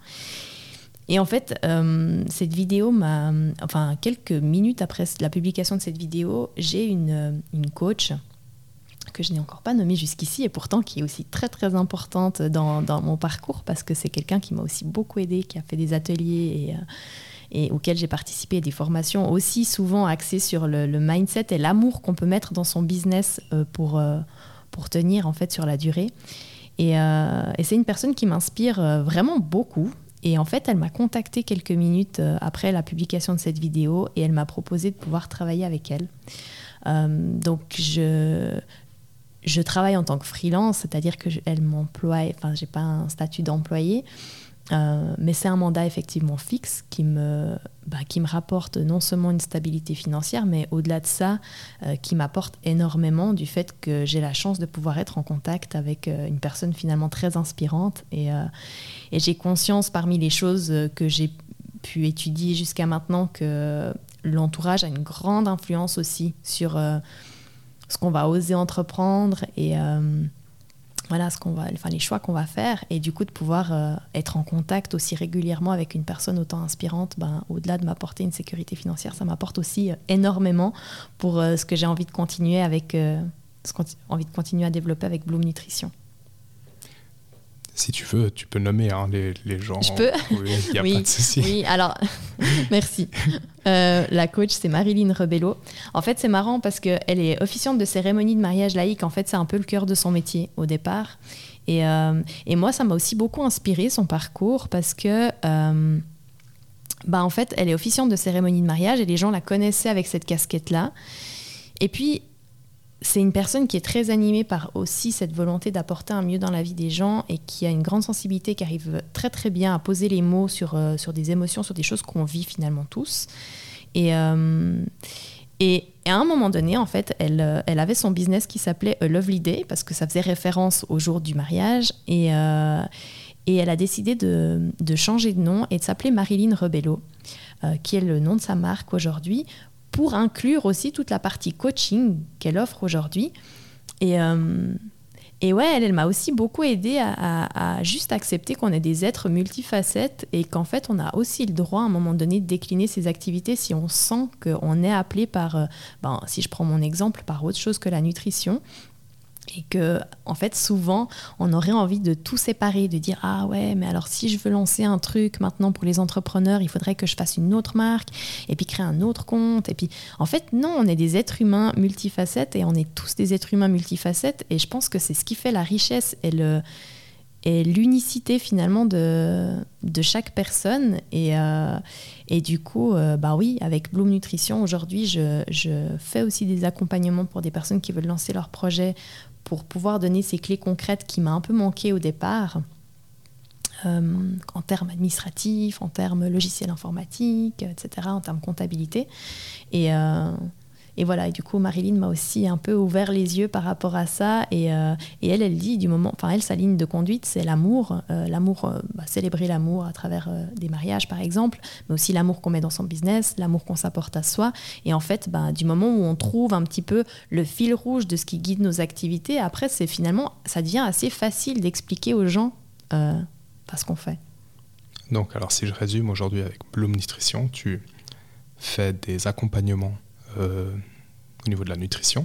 Et en fait, euh, cette vidéo m'a... Enfin, quelques minutes après la publication de cette vidéo, j'ai une, une coach que je n'ai encore pas nommée jusqu'ici et pourtant qui est aussi très très importante dans, dans mon parcours parce que c'est quelqu'un qui m'a aussi beaucoup aidée, qui a fait des ateliers et, euh, et auxquels j'ai participé à des formations aussi souvent axées sur le, le mindset et l'amour qu'on peut mettre dans son business euh, pour, euh, pour tenir en fait sur la durée. Et, euh, et c'est une personne qui m'inspire vraiment beaucoup. Et en fait, elle m'a contactée quelques minutes après la publication de cette vidéo et elle m'a proposé de pouvoir travailler avec elle. Euh, donc, je, je travaille en tant que freelance, c'est-à-dire qu'elle m'emploie, enfin, je n'ai pas un statut d'employé, euh, mais c'est un mandat effectivement fixe qui me, bah, qui me rapporte non seulement une stabilité financière, mais au-delà de ça, euh, qui m'apporte énormément du fait que j'ai la chance de pouvoir être en contact avec euh, une personne finalement très inspirante. Et, euh, et j'ai conscience, parmi les choses que j'ai pu étudier jusqu'à maintenant, que l'entourage a une grande influence aussi sur euh, ce qu'on va oser entreprendre et euh, voilà, ce qu'on va, enfin, les choix qu'on va faire. Et du coup, de pouvoir euh, être en contact aussi régulièrement avec une personne autant inspirante, ben, au-delà de m'apporter une sécurité financière, ça m'apporte aussi euh, énormément pour euh, ce que j'ai envie de continuer avec, euh, ce qu'on a envie de continuer à développer avec Bloom Nutrition. Si tu veux, tu peux nommer hein, les, les gens. Je peux. Oui, il n'y a oui, pas de souci. Oui, alors, merci. Euh, la coach, c'est Marilyn Rebello. En fait, c'est marrant parce qu'elle est officiante de cérémonie de mariage laïque. En fait, c'est un peu le cœur de son métier au départ. Et, euh, et moi, ça m'a aussi beaucoup inspiré son parcours parce que, euh, bah, en fait, elle est officiante de cérémonie de mariage et les gens la connaissaient avec cette casquette-là. Et puis, c'est une personne qui est très animée par aussi cette volonté d'apporter un mieux dans la vie des gens et qui a une grande sensibilité, qui arrive très très bien à poser les mots sur, euh, sur des émotions, sur des choses qu'on vit finalement tous. Et, euh, et, et à un moment donné, en fait, elle, elle avait son business qui s'appelait A Lovely Day parce que ça faisait référence au jour du mariage. Et, euh, et elle a décidé de, de changer de nom et de s'appeler Marilyn Rebello, euh, qui est le nom de sa marque aujourd'hui, pour inclure aussi toute la partie coaching qu'elle offre aujourd'hui. Et, euh, et ouais, elle, elle m'a aussi beaucoup aidée à, à, à juste accepter qu'on est des êtres multifacettes et qu'en fait, on a aussi le droit à un moment donné de décliner ses activités si on sent qu'on est appelé par, euh, ben, si je prends mon exemple, par autre chose que la nutrition. Et que, en fait, souvent, on aurait envie de tout séparer, de dire « Ah ouais, mais alors si je veux lancer un truc maintenant pour les entrepreneurs, il faudrait que je fasse une autre marque et puis créer un autre compte. » Et puis, en fait, non, on est des êtres humains multifacettes et on est tous des êtres humains multifacettes. Et je pense que c'est ce qui fait la richesse et, le, et l'unicité, finalement, de, de chaque personne. Et, euh, et du coup, euh, bah oui, avec Bloom Nutrition, aujourd'hui, je, je fais aussi des accompagnements pour des personnes qui veulent lancer leur projet pour pouvoir donner ces clés concrètes qui m'a un peu manqué au départ, euh, en termes administratifs, en termes logiciels informatiques, et cetera, en termes comptabilité. Et, euh, et voilà, et du coup, Marilyn m'a aussi un peu ouvert les yeux par rapport à ça. Et, euh, et elle, elle dit du moment, enfin elle, sa ligne de conduite, c'est l'amour. Euh, l'amour, euh, bah, célébrer l'amour à travers euh, des mariages, par exemple, mais aussi l'amour qu'on met dans son business, l'amour qu'on s'apporte à soi. Et en fait, bah, du moment où on trouve un petit peu le fil rouge de ce qui guide nos activités, après, c'est finalement, ça devient assez facile d'expliquer aux gens euh, pas ce qu'on fait. Donc, alors si je résume, aujourd'hui avec Bloom Nutrition, tu fais des accompagnements Euh, au niveau de la nutrition.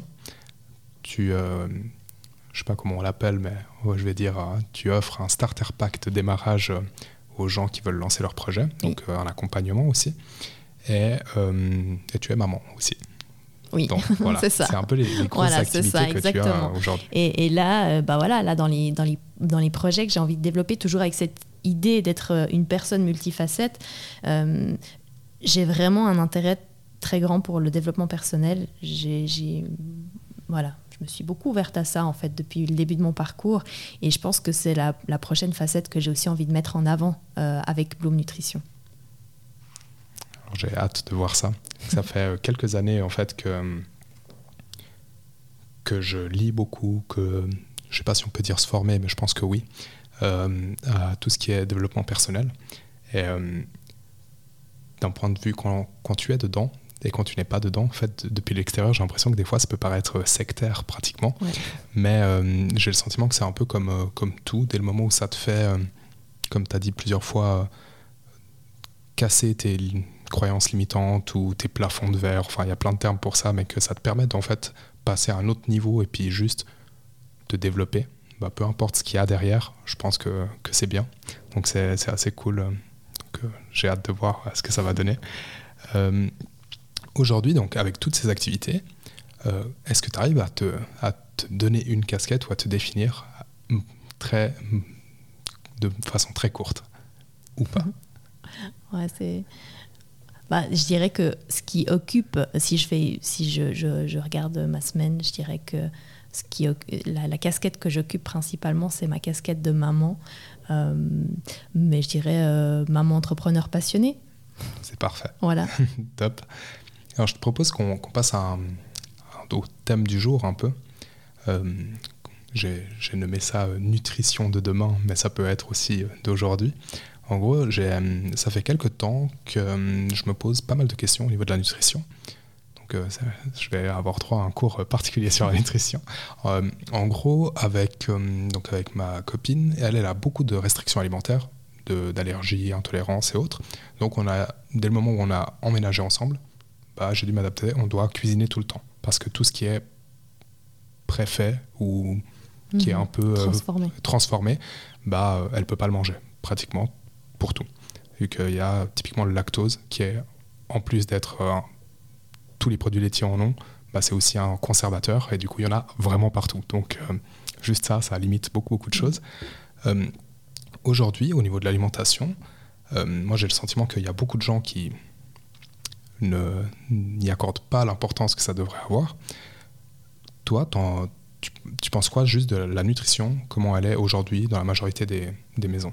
Tu, euh, je sais pas comment on l'appelle, mais ouais, je vais dire, euh, tu offres un starter pack de démarrage euh, aux gens qui veulent lancer leur projet, donc oui. euh, un accompagnement aussi. Et, euh, et tu es maman aussi. Oui, donc, voilà, c'est ça. C'est un peu les, les grosses voilà, activités ça, que exactement. tu as euh, aujourd'hui. Et, et là, euh, bah voilà, là dans, les, dans, les, dans les projets que j'ai envie de développer, toujours avec cette idée d'être une personne multifacette, euh, j'ai vraiment un intérêt très grand pour le développement personnel. J'ai, j'ai, voilà, je me suis beaucoup ouverte à ça en fait depuis le début de mon parcours et je pense que c'est la, la prochaine facette que j'ai aussi envie de mettre en avant euh, avec Bloom Nutrition. Alors, j'ai hâte de voir ça. Ça fait quelques années en fait que, que je lis beaucoup, que je ne sais pas si on peut dire se former, mais je pense que oui, euh, à tout ce qui est développement personnel. Et euh, d'un point de vue quand, quand tu es dedans, et quand tu n'es pas dedans, en fait, depuis l'extérieur, j'ai l'impression que des fois, ça peut paraître sectaire pratiquement. Ouais. Mais euh, j'ai le sentiment que c'est un peu comme, euh, comme tout. Dès le moment où ça te fait, euh, comme tu as dit plusieurs fois, euh, casser tes li- croyances limitantes ou tes plafonds de verre. Enfin, il y a plein de termes pour ça, mais que ça te permet d'en fait passer à un autre niveau et puis juste te développer. Bah, peu importe ce qu'il y a derrière, je pense que, que c'est bien. Donc, c'est, c'est assez cool. Donc, euh, j'ai hâte de voir ce que ça va donner. Euh, Aujourd'hui, donc, avec toutes ces activités, euh, est-ce que tu arrives à te, à te donner une casquette ou à te définir très, de façon très courte, ou pas? Ouais, c'est... Bah, je dirais que ce qui occupe, si je, fais, si je, je, je regarde ma semaine, je dirais que ce qui, la, la casquette que j'occupe principalement, c'est ma casquette de maman. Euh, mais je dirais euh, maman entrepreneur passionnée. C'est parfait. Voilà. Top. Alors, je te propose qu'on, qu'on passe à un, au thème du jour un peu. Euh, j'ai, j'ai nommé ça euh, nutrition de demain, mais ça peut être aussi euh, d'aujourd'hui. En gros, j'ai, euh, ça fait quelques temps que euh, je me pose pas mal de questions au niveau de la nutrition. Donc, euh, ça, je vais avoir droit à un cours particulier sur la nutrition. Euh, en gros, avec, euh, donc avec ma copine, elle, elle a beaucoup de restrictions alimentaires, de, d'allergies, intolérances et autres. Donc, on a, dès le moment où on a emménagé ensemble, bah, j'ai dû m'adapter. On doit cuisiner tout le temps. Parce que tout ce qui est préfet ou qui mmh, est un peu euh, transformé, transformé bah, elle ne peut pas le manger, pratiquement pour tout. Vu qu'il y a typiquement le lactose, qui est, en plus d'être euh, tous les produits laitiers en ont, bah, c'est aussi un conservateur, et du coup, il y en a vraiment partout. Donc, euh, juste ça, ça limite beaucoup, beaucoup de choses. Euh, aujourd'hui, au niveau de l'alimentation, euh, moi, j'ai le sentiment qu'il y a beaucoup de gens qui ne, n'y accordent pas l'importance que ça devrait avoir. Toi, tu, tu penses quoi juste de la nutrition, comment elle est aujourd'hui dans la majorité des, des maisons?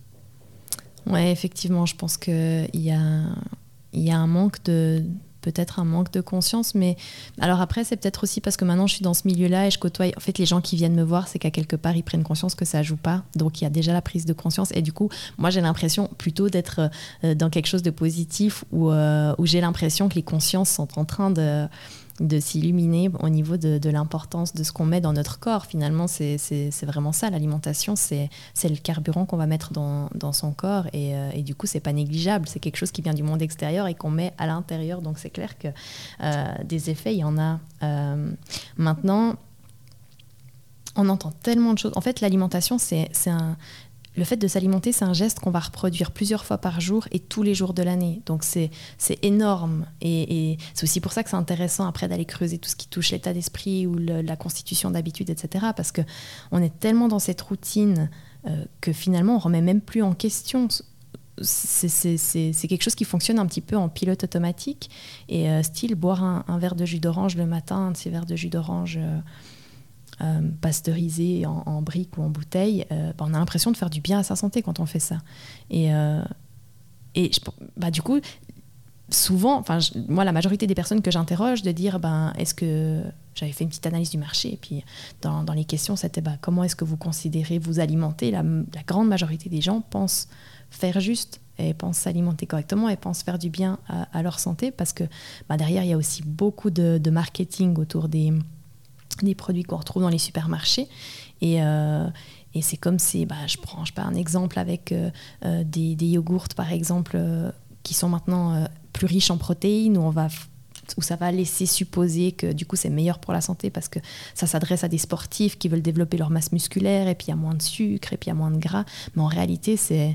Ouais, effectivement, je pense qu'il y a, il y a un manque de, peut-être un manque de conscience, mais alors après, c'est peut-être aussi parce que maintenant je suis dans ce milieu-là et je côtoie, en fait, les gens qui viennent me voir, c'est qu'à quelque part, ils prennent conscience que ça joue pas, donc il y a déjà la prise de conscience, et du coup, moi, j'ai l'impression plutôt d'être dans quelque chose de positif où, euh, où j'ai l'impression que les consciences sont en train de... de s'illuminer au niveau de, de l'importance de ce qu'on met dans notre corps. Finalement, c'est, c'est, c'est vraiment ça, l'alimentation, c'est, c'est le carburant qu'on va mettre dans, dans son corps, et, euh, et du coup, c'est pas négligeable, c'est quelque chose qui vient du monde extérieur et qu'on met à l'intérieur, donc c'est clair que euh, des effets, il y en a. Euh, maintenant, on entend tellement de choses. En fait, l'alimentation, c'est, c'est un... Le fait de s'alimenter, c'est un geste qu'on va reproduire plusieurs fois par jour et tous les jours de l'année. Donc c'est, c'est énorme. Et, et c'est aussi pour ça que c'est intéressant après d'aller creuser tout ce qui touche l'état d'esprit ou le, la constitution d'habitude, et cetera. Parce qu'on est tellement dans cette routine euh, que finalement, on ne remet même plus en question. C'est, c'est, c'est, c'est quelque chose qui fonctionne un petit peu en pilote automatique. Et euh, style, boire un, un verre de jus d'orange le matin, un de ces verres de jus d'orange... Euh, Euh, pasteurisé en, en brique ou en bouteille, euh, bah, on a l'impression de faire du bien à sa santé quand on fait ça. Et, euh, et je, bah, du coup, souvent, je, moi, la majorité des personnes que j'interroge, de dire, ben, est-ce que... J'avais fait une petite analyse du marché, et puis dans, dans les questions, c'était bah, comment est-ce que vous considérez vous alimenter. La, la grande majorité des gens pensent faire juste et pensent s'alimenter correctement et pensent faire du bien à, à leur santé, parce que bah, derrière, il y a aussi beaucoup de, de marketing autour des... des produits qu'on retrouve dans les supermarchés, et, euh, et c'est comme si, bah, je prends je sais pas, un exemple avec euh, euh, des, des yogourts par exemple euh, qui sont maintenant euh, plus riches en protéines, où, on va, où ça va laisser supposer que du coup c'est meilleur pour la santé parce que ça s'adresse à des sportifs qui veulent développer leur masse musculaire, et puis il y a moins de sucre et puis il y a moins de gras, mais en réalité c'est...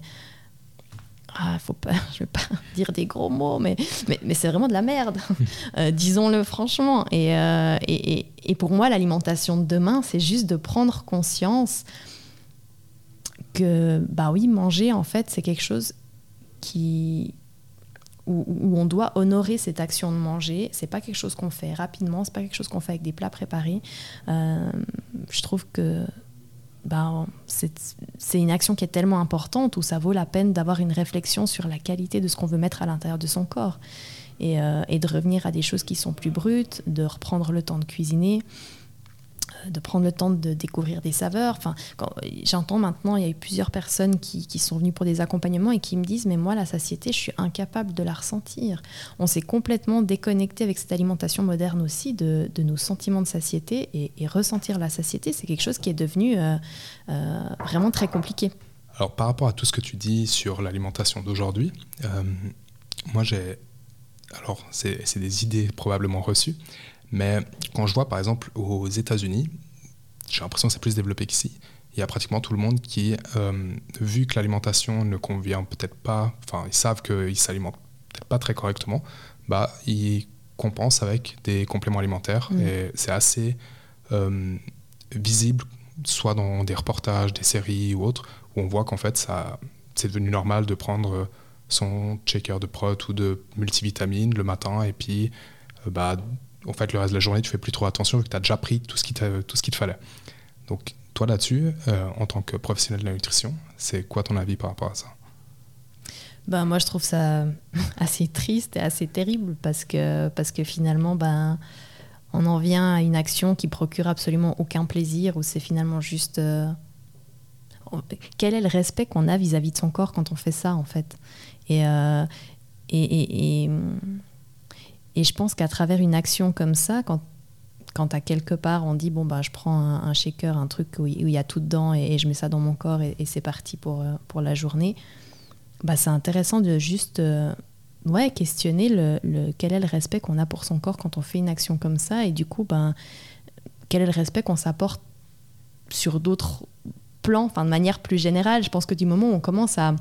Ah, faut pas, je ne vais pas dire des gros mots, mais, mais, mais c'est vraiment de la merde, euh, disons-le franchement. Et, euh, et, et, et pour moi, l'alimentation de demain, c'est juste de prendre conscience que, bah oui, manger, en fait, c'est quelque chose qui, où, où on doit honorer cette action de manger. Ce n'est pas quelque chose qu'on fait rapidement, ce n'est pas quelque chose qu'on fait avec des plats préparés. Euh, je trouve que... Ben, c'est, c'est une action qui est tellement importante où ça vaut la peine d'avoir une réflexion sur la qualité de ce qu'on veut mettre à l'intérieur de son corps, et, euh, et de revenir à des choses qui sont plus brutes, de reprendre le temps de cuisiner, de prendre le temps de découvrir des saveurs. Enfin, quand, j'entends maintenant, il y a eu plusieurs personnes qui, qui sont venues pour des accompagnements et qui me disent « mais moi, la satiété, je suis incapable de la ressentir ». On s'est complètement déconnecté avec cette alimentation moderne aussi de, de nos sentiments de satiété, et, et ressentir la satiété, c'est quelque chose qui est devenu euh, euh, vraiment très compliqué. Alors, par rapport à tout ce que tu dis sur l'alimentation d'aujourd'hui, euh, moi, j'ai... Alors, c'est, c'est des idées probablement reçues, mais quand je vois, par exemple, aux États-Unis, j'ai l'impression que c'est plus développé qu'ici. Il y a pratiquement tout le monde qui, euh, vu que l'alimentation ne convient peut-être pas, enfin, ils savent qu'ils ne s'alimentent peut-être pas très correctement, bah, ils compensent avec des compléments alimentaires. Mmh. Et c'est assez euh, visible soit dans des reportages, des séries ou autres, où on voit qu'en fait, ça, c'est devenu normal de prendre son shaker de prot ou de multivitamines le matin, et puis euh, bah, en fait, le reste de la journée, tu fais plus trop attention vu que tu as déjà pris tout ce qu'il tout ce qu'il te fallait. Donc, toi là-dessus, euh, en tant que professionnel de la nutrition, c'est quoi ton avis par rapport à ça ? Ben, moi, je trouve ça assez triste et assez terrible parce que, parce que finalement, ben, on en vient à une action qui procure absolument aucun plaisir, où c'est finalement juste... Euh, quel est le respect qu'on a vis-à-vis de son corps quand on fait ça, en fait ? Et, euh, et, et, et, et je pense qu'à travers une action comme ça, quand, quand à quelque part on dit, bon, ben, je prends un, un shaker, un truc où il y a tout dedans, et, et je mets ça dans mon corps, et, et c'est parti pour, pour la journée... Bah, c'est intéressant de juste euh, ouais, questionner le, le, quel est le respect qu'on a pour son corps quand on fait une action comme ça, et du coup, ben, quel est le respect qu'on s'apporte sur d'autres plans, enfin, de manière plus générale. Je pense que du moment où on commence à,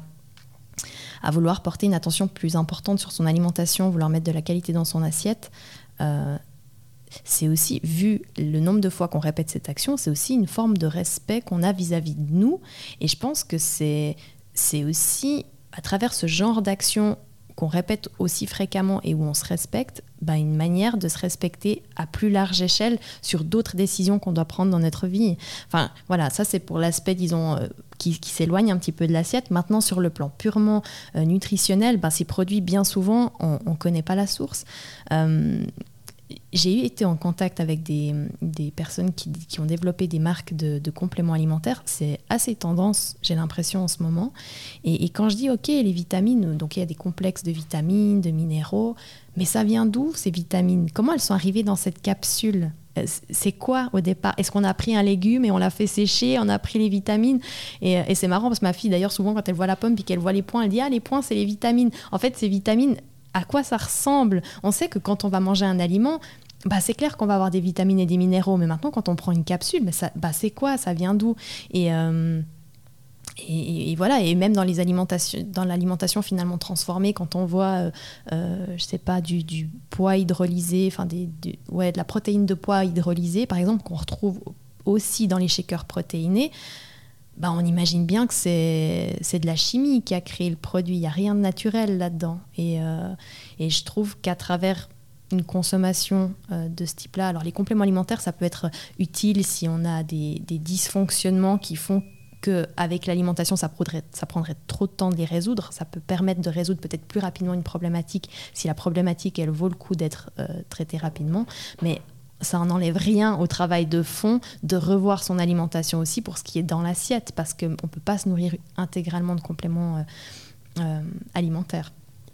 à vouloir porter une attention plus importante sur son alimentation, vouloir mettre de la qualité dans son assiette, euh, c'est aussi, vu le nombre de fois qu'on répète cette action, c'est aussi une forme de respect qu'on a vis-à-vis de nous, et je pense que c'est, c'est aussi... à travers ce genre d'action qu'on répète aussi fréquemment et où on se respecte, bah une manière de se respecter à plus large échelle sur d'autres décisions qu'on doit prendre dans notre vie. Enfin, voilà, ça c'est pour l'aspect, disons, euh, qui, qui s'éloigne un petit peu de l'assiette. Maintenant, sur le plan purement euh, nutritionnel, bah, ces produits, bien souvent, on ne connaît pas la source. Euh, J'ai eu été en contact avec des, des personnes qui, qui ont développé des marques de, de compléments alimentaires. C'est assez tendance, j'ai l'impression, en ce moment. Et, et quand je dis, OK, les vitamines, donc il y a des complexes de vitamines, de minéraux, mais ça vient d'où, ces vitamines ? Comment elles sont arrivées dans cette capsule ? C'est quoi au départ ? Est-ce qu'on a pris un légume et on l'a fait sécher, on a pris les vitamines ? Et, et c'est marrant parce que ma fille, d'ailleurs, souvent, quand elle voit la pomme puis qu'elle voit les points, elle dit « Ah, les points, c'est les vitamines ». En fait, ces vitamines... à quoi ça ressemble ? On sait que quand on va manger un aliment, bah c'est clair qu'on va avoir des vitamines et des minéraux, mais maintenant quand on prend une capsule, bah ça, bah c'est quoi ? Ça vient d'où ? et, euh, et, et voilà, et même dans, les alimentations, dans l'alimentation finalement transformée, quand on voit, euh, euh, je sais pas, du, du pois hydrolysé, enfin des, du, ouais, de la protéine de pois hydrolysée, par exemple, qu'on retrouve aussi dans les shakers protéinés, bah, on imagine bien que c'est, c'est de la chimie qui a créé le produit. Il n'y a rien de naturel là-dedans. Et, euh, et je trouve qu'à travers une consommation euh, de ce type-là, alors les compléments alimentaires, ça peut être utile si on a des, des dysfonctionnements qui font qu'avec l'alimentation, ça prendrait, ça prendrait trop de temps de les résoudre. Ça peut permettre de résoudre peut-être plus rapidement une problématique si la problématique, elle vaut le coup d'être euh, traitée rapidement. Mais ça n'enlève rien au travail de fond de revoir son alimentation aussi pour ce qui est dans l'assiette, parce qu'on ne peut pas se nourrir intégralement de compléments euh, euh, alimentaires.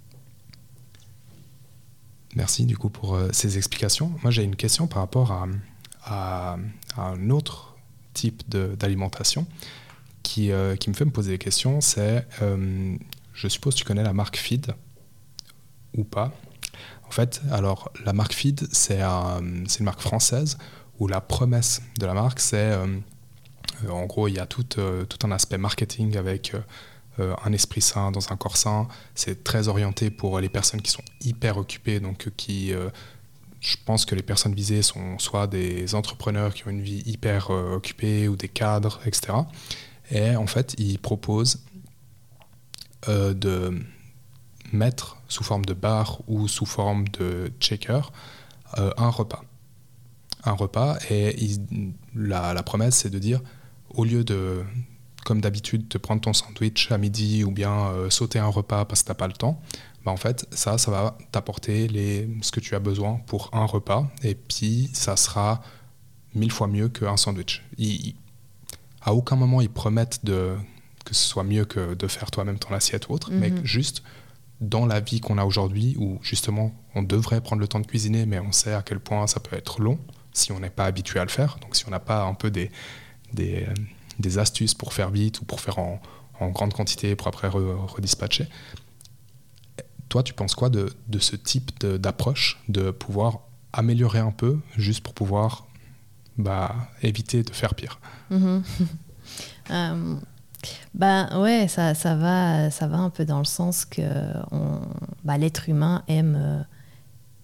Merci du coup pour euh, ces explications. Moi j'ai une question par rapport à, à, à un autre type de, d'alimentation qui, euh, qui me fait me poser des questions. C'est, euh, je suppose que tu connais la marque Feed ou pas ? En fait, alors la marque Feed, c'est, un, c'est une marque française où la promesse de la marque, c'est, euh, en gros, il y a tout, euh, tout un aspect marketing avec euh, un esprit sain dans un corps sain. C'est très orienté pour les personnes qui sont hyper occupées, donc qui, euh, je pense que les personnes visées sont soit des entrepreneurs qui ont une vie hyper euh, occupée ou des cadres, et cetera. Et en fait, ils proposent euh, de mettre sous forme de bar ou sous forme de shaker euh, un repas. Un repas, et il, la, la promesse, c'est de dire, au lieu de, comme d'habitude, de prendre ton sandwich à midi ou bien euh, sauter un repas parce que tu n'as pas le temps, bah en fait, ça, ça va t'apporter les, ce que tu as besoin pour un repas, et puis ça sera mille fois mieux qu'un sandwich. Il, il, à aucun moment, ils promettent de, que ce soit mieux que de faire toi-même ton assiette ou autre, mm-hmm. mais juste dans la vie qu'on a aujourd'hui, où justement on devrait prendre le temps de cuisiner, mais on sait à quel point ça peut être long si on n'est pas habitué à le faire. Donc si on n'a pas un peu des, des, des astuces pour faire vite ou pour faire en, en grande quantité pour après re, redispatcher. Toi, tu penses quoi de, de ce type de, d'approche, de pouvoir améliorer un peu juste pour pouvoir bah, éviter de faire pire? Mmh. euh... Ben ouais, ça, ça, va, ça va un peu dans le sens que on, bah, l'être humain aime, euh,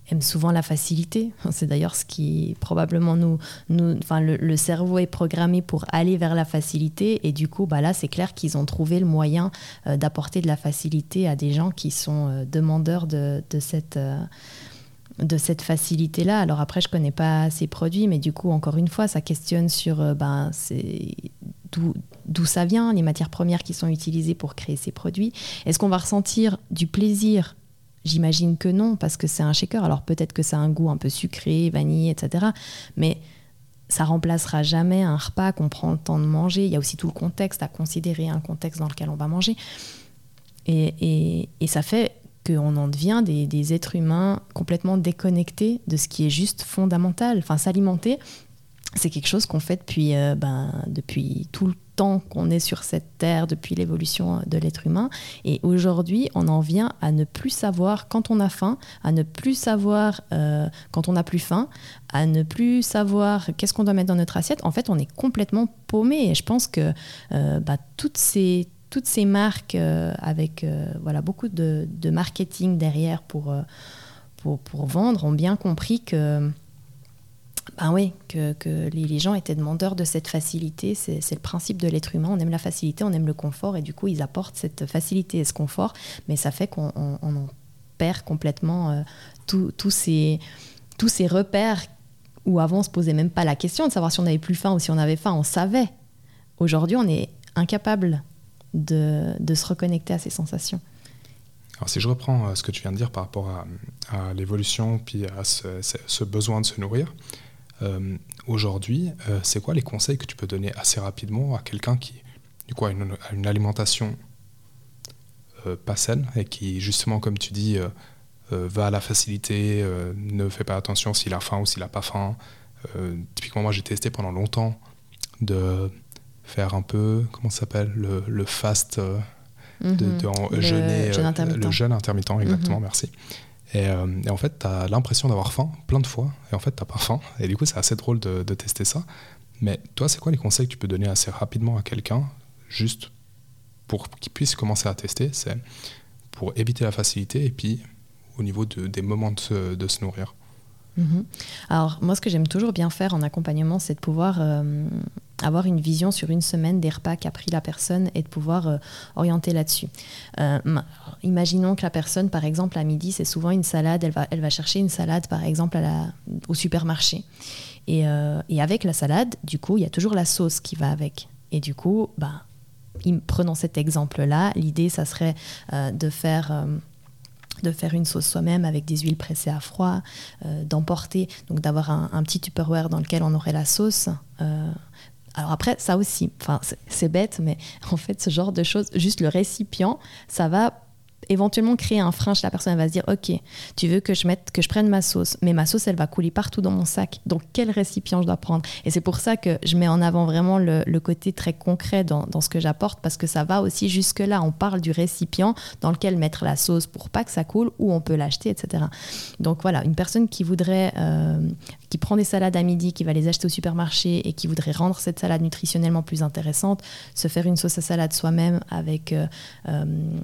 aiment souvent la facilité. C'est d'ailleurs ce qui probablement nous, nous enfin le, le cerveau est programmé pour aller vers la facilité et du coup bah là c'est clair qu'ils ont trouvé le moyen euh, d'apporter de la facilité à des gens qui sont euh, demandeurs de, de cette euh, de cette facilité là. Alors après je connais pas ces produits mais du coup encore une fois ça questionne sur euh, ben c'est d'où d'où ça vient, les matières premières qui sont utilisées pour créer ces produits. Est-ce qu'on va ressentir du plaisir? J'imagine que non, parce que c'est un shaker. Alors peut-être que ça a un goût un peu sucré, vanillé, et cetera. Mais ça remplacera jamais un repas qu'on prend le temps de manger. Il y a aussi tout le contexte à considérer, un contexte dans lequel on va manger. Et, et, et ça fait qu'on en devient des, des êtres humains complètement déconnectés de ce qui est juste fondamental. Enfin, s'alimenter, c'est quelque chose qu'on fait depuis, euh, ben, depuis tout le temps qu'on est sur cette terre, depuis l'évolution de l'être humain. Et aujourd'hui, on en vient à ne plus savoir quand on a faim, à ne plus savoir euh, quand on n'a plus faim, à ne plus savoir qu'est-ce qu'on doit mettre dans notre assiette. En fait, on est complètement paumé. Et je pense que euh, bah, toutes ces, toutes ces marques, euh, avec euh, voilà, beaucoup de, de marketing derrière pour, euh, pour, pour vendre, ont bien compris que Ben oui, que, que les, les gens étaient demandeurs de cette facilité. C'est, c'est le principe de l'être humain. On aime la facilité, on aime le confort. Et du coup, ils apportent cette facilité et ce confort. Mais ça fait qu'on on, on en perd complètement euh, tous ces, tous ces repères où avant, on ne se posait même pas la question de savoir si on avait plus faim ou si on avait faim. On savait. Aujourd'hui, on est incapable de, de se reconnecter à ces sensations. Alors si je reprends ce que tu viens de dire par rapport à, à l'évolution puis à ce, ce besoin de se nourrir, Euh, aujourd'hui, euh, c'est quoi les conseils que tu peux donner assez rapidement à quelqu'un qui du coup, a, une, a une alimentation euh, pas saine et qui, justement, comme tu dis, euh, euh, va à la facilité, euh, ne fait pas attention s'il a faim ou s'il n'a pas faim. Euh, typiquement, moi, j'ai testé pendant longtemps de faire un peu, comment ça s'appelle, le, le fast, euh, mm-hmm. de, de en, le jeûner, jeûne intermittent. Le jeûne intermittent, exactement, mm-hmm. merci. Et, euh, et en fait, tu as l'impression d'avoir faim plein de fois, et en fait, tu n'as pas faim. Et du coup, c'est assez drôle de, de tester ça. Mais toi, c'est quoi les conseils que tu peux donner assez rapidement à quelqu'un, juste pour qu'il puisse commencer à tester? C'est pour éviter la facilité et puis au niveau de, des moments de se, de se nourrir. Mmh. Alors, moi, ce que j'aime toujours bien faire en accompagnement, c'est de pouvoir euh, avoir une vision sur une semaine des repas qu'a pris la personne et de pouvoir euh, orienter là-dessus. Euh, imaginons que la personne, par exemple, à midi, c'est souvent une salade, elle va, elle va chercher une salade, par exemple, à la, au supermarché. Et, euh, et avec la salade, du coup, il y a toujours la sauce qui va avec. Et du coup, bah, prenons cet exemple-là, l'idée, ça serait euh, de faire... Euh, de faire une sauce soi-même avec des huiles pressées à froid, euh, d'emporter, donc d'avoir un, un petit Tupperware dans lequel on aurait la sauce. Euh, alors après, ça aussi, c'est, c'est bête, mais en fait, ce genre de choses, juste le récipient, ça va éventuellement créer un frein chez la personne. Elle va se dire, ok, tu veux que je mette, que je prenne ma sauce, mais ma sauce, elle va couler partout dans mon sac. Donc, quel récipient je dois prendre? Et c'est pour ça que je mets en avant vraiment le, le côté très concret dans, dans ce que j'apporte, parce que ça va aussi jusque-là. On parle du récipient dans lequel mettre la sauce pour pas que ça coule, ou on peut l'acheter, et cetera. Donc voilà, une personne qui voudrait, euh, qui prend des salades à midi, qui va les acheter au supermarché et qui voudrait rendre cette salade nutritionnellement plus intéressante, se faire une sauce à salade soi-même avec euh, euh,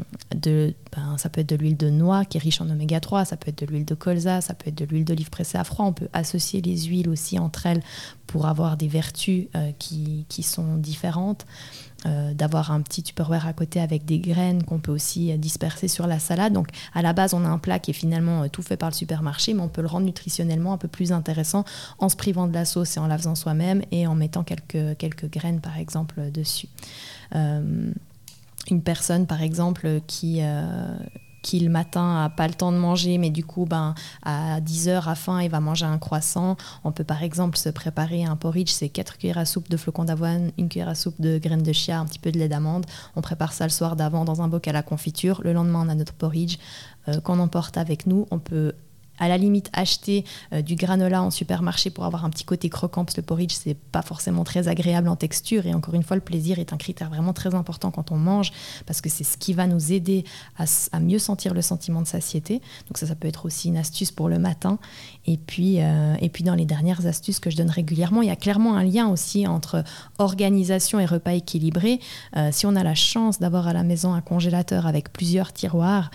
de Ben, ça peut être de l'huile de noix qui est riche en oméga trois, ça peut être de l'huile de colza, ça peut être de l'huile d'olive pressée à froid. On peut associer les huiles aussi entre elles pour avoir des vertus euh, qui, qui sont différentes. Euh, d'avoir un petit Tupperware à côté avec des graines qu'on peut aussi disperser sur la salade. Donc à la base, on a un plat qui est finalement euh, tout fait par le supermarché, mais on peut le rendre nutritionnellement un peu plus intéressant en se privant de la sauce et en la faisant soi-même et en mettant quelques, quelques graines, par exemple, dessus. Euh, Une personne, par exemple, qui, euh, qui le matin n'a pas le temps de manger, mais du coup, ben, à dix heures, à faim, il va manger un croissant. On peut, par exemple, se préparer un porridge. C'est quatre cuillères à soupe de flocons d'avoine, une cuillère à soupe de graines de chia, un petit peu de lait d'amande. On prépare ça le soir d'avant dans un bocal à confiture. Le lendemain, on a notre porridge euh, qu'on emporte avec nous. On peut... à la limite acheter euh, du granola en supermarché pour avoir un petit côté croquant, parce que le porridge c'est pas forcément très agréable en texture, et encore une fois le plaisir est un critère vraiment très important quand on mange, parce que c'est ce qui va nous aider à, à mieux sentir le sentiment de satiété. Donc ça, ça peut être aussi une astuce pour le matin. Et puis, euh, et puis dans les dernières astuces que je donne régulièrement, il y a clairement un lien aussi entre organisation et repas équilibré. Euh, si on a la chance d'avoir à la maison un congélateur avec plusieurs tiroirs,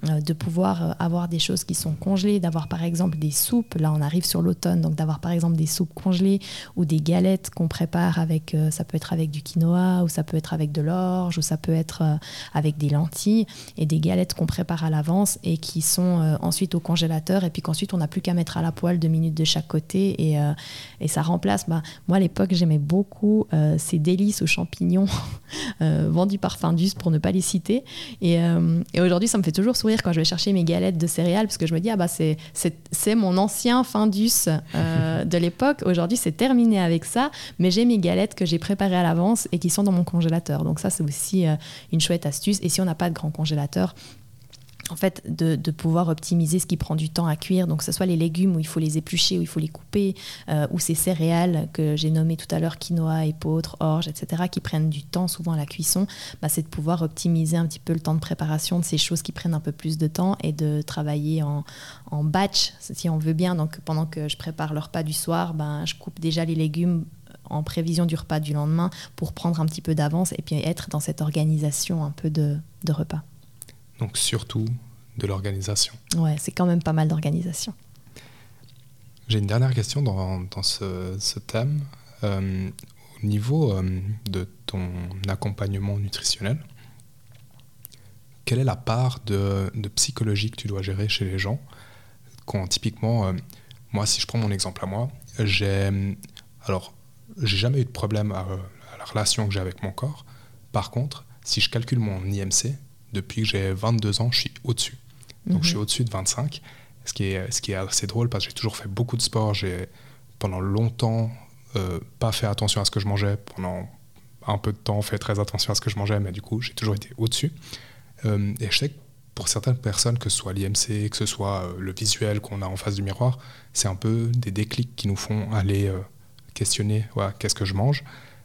euh, de pouvoir euh, avoir des choses qui sont congelées, d'avoir par exemple des soupes. Là, on arrive sur l'automne, donc d'avoir par exemple des soupes congelées ou des galettes qu'on prépare avec, euh, ça peut être avec du quinoa, ou ça peut être avec de l'orge, ou ça peut être euh, avec des lentilles, et des galettes qu'on prépare à l'avance et qui sont euh, ensuite au congélateur, et puis qu'ensuite on n'a plus qu'à mettre à la poêle deux minutes de chaque côté, et, euh, et ça remplace. Bah, moi, à l'époque, j'aimais beaucoup euh, ces délices aux champignons euh, vendus par Findus, pour ne pas les citer. Et, euh, et aujourd'hui, ça me fait toujours sourire quand je vais chercher mes galettes de céréales, parce que je me dis, ah bah, c'est, c'est, c'est mon ancien Findus euh, de l'époque. Aujourd'hui, c'est terminé avec ça, mais j'ai mes galettes que j'ai préparées à l'avance et qui sont dans mon congélateur. Donc ça, c'est aussi euh, une chouette astuce. Et si on n'a pas de grand congélateur, en fait, de, de pouvoir optimiser ce qui prend du temps à cuire, donc que ce soit les légumes où il faut les éplucher, où il faut les couper, euh, ou ces céréales que j'ai nommées tout à l'heure, quinoa, épeautre, orge, et cetera, qui prennent du temps souvent à la cuisson, bah, c'est de pouvoir optimiser un petit peu le temps de préparation de ces choses qui prennent un peu plus de temps, et de travailler en, en batch, si on veut bien. Donc pendant que je prépare le repas du soir, ben, je coupe déjà les légumes en prévision du repas du lendemain, pour prendre un petit peu d'avance et puis être dans cette organisation un peu de, de repas. Donc surtout de l'organisation. Ouais, c'est quand même pas mal d'organisation. J'ai une dernière question dans, dans ce, ce thème. Euh, au niveau euh, de ton accompagnement nutritionnel, quelle est la part de, de psychologie que tu dois gérer chez les gens? Quand typiquement, euh, moi, si je prends mon exemple à moi, j'ai, alors, j'ai jamais eu de problème à, à la relation que j'ai avec mon corps. Par contre, si je calcule mon I M C, depuis que j'ai vingt-deux ans, je suis au-dessus. Donc, mmh. je suis au-dessus de vingt-cinq, ce qui est, ce qui est assez drôle parce que j'ai toujours fait beaucoup de sport. J'ai, pendant longtemps, euh, pas fait attention à ce que je mangeais. Pendant un peu de temps, fait très attention à ce que je mangeais, mais du coup, j'ai toujours été au-dessus. Euh, et je sais que pour certaines personnes, que ce soit l'I M C, que ce soit euh, le visuel qu'on a en face du miroir, c'est un peu des déclics qui nous font aller euh, questionner ouais, qu'est-ce que je mange.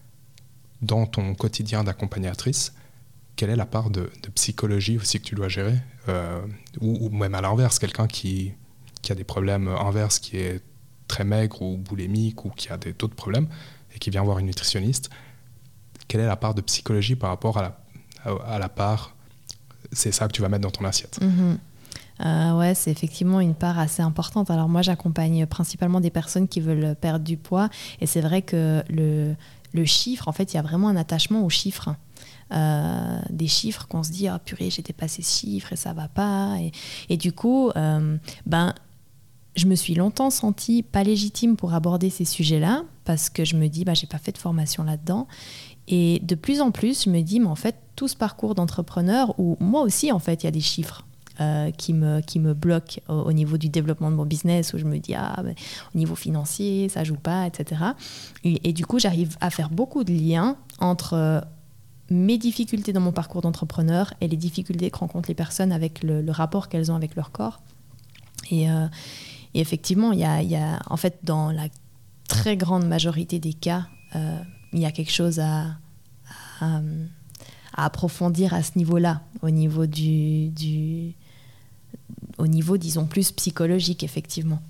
Dans ton quotidien d'accompagnatrice, quelle est la part de, de psychologie aussi que tu dois gérer euh, ou, ou même à l'inverse, quelqu'un qui, qui a des problèmes inverses, qui est très maigre ou boulémique ou qui a des, d'autres problèmes et qui vient voir une nutritionniste, quelle est la part de psychologie par rapport à la, à, à la part, c'est ça que tu vas mettre dans ton assiette? Mmh. Euh, ouais, c'est effectivement une part assez importante. Alors moi, j'accompagne principalement des personnes qui veulent perdre du poids, et c'est vrai que le, le chiffre, en fait, il y a vraiment un attachement aux chiffres. Euh, des chiffres qu'on se dit ah oh, purée, j'ai dépassé ce chiffre et ça va pas, et, et du coup euh, ben je me suis longtemps sentie pas légitime pour aborder ces sujets-là, parce que je me dis bah j'ai pas fait de formation là-dedans, et de plus en plus je me dis mais en fait tout ce parcours d'entrepreneur où moi aussi en fait il y a des chiffres Euh, qui, me, qui me bloquent au, au niveau du développement de mon business, où je me dis ah, ben, au niveau financier ça joue pas, et cetera. Et, et du coup j'arrive à faire beaucoup de liens entre euh, mes difficultés dans mon parcours d'entrepreneur et les difficultés que rencontrent les personnes avec le, le rapport qu'elles ont avec leur corps. Et, euh, et effectivement, il y a, il y a, en fait, dans la très grande majorité des cas, euh, il y a quelque chose à, à, à approfondir à ce niveau-là, au niveau du, du, au niveau, disons, plus psychologique, effectivement.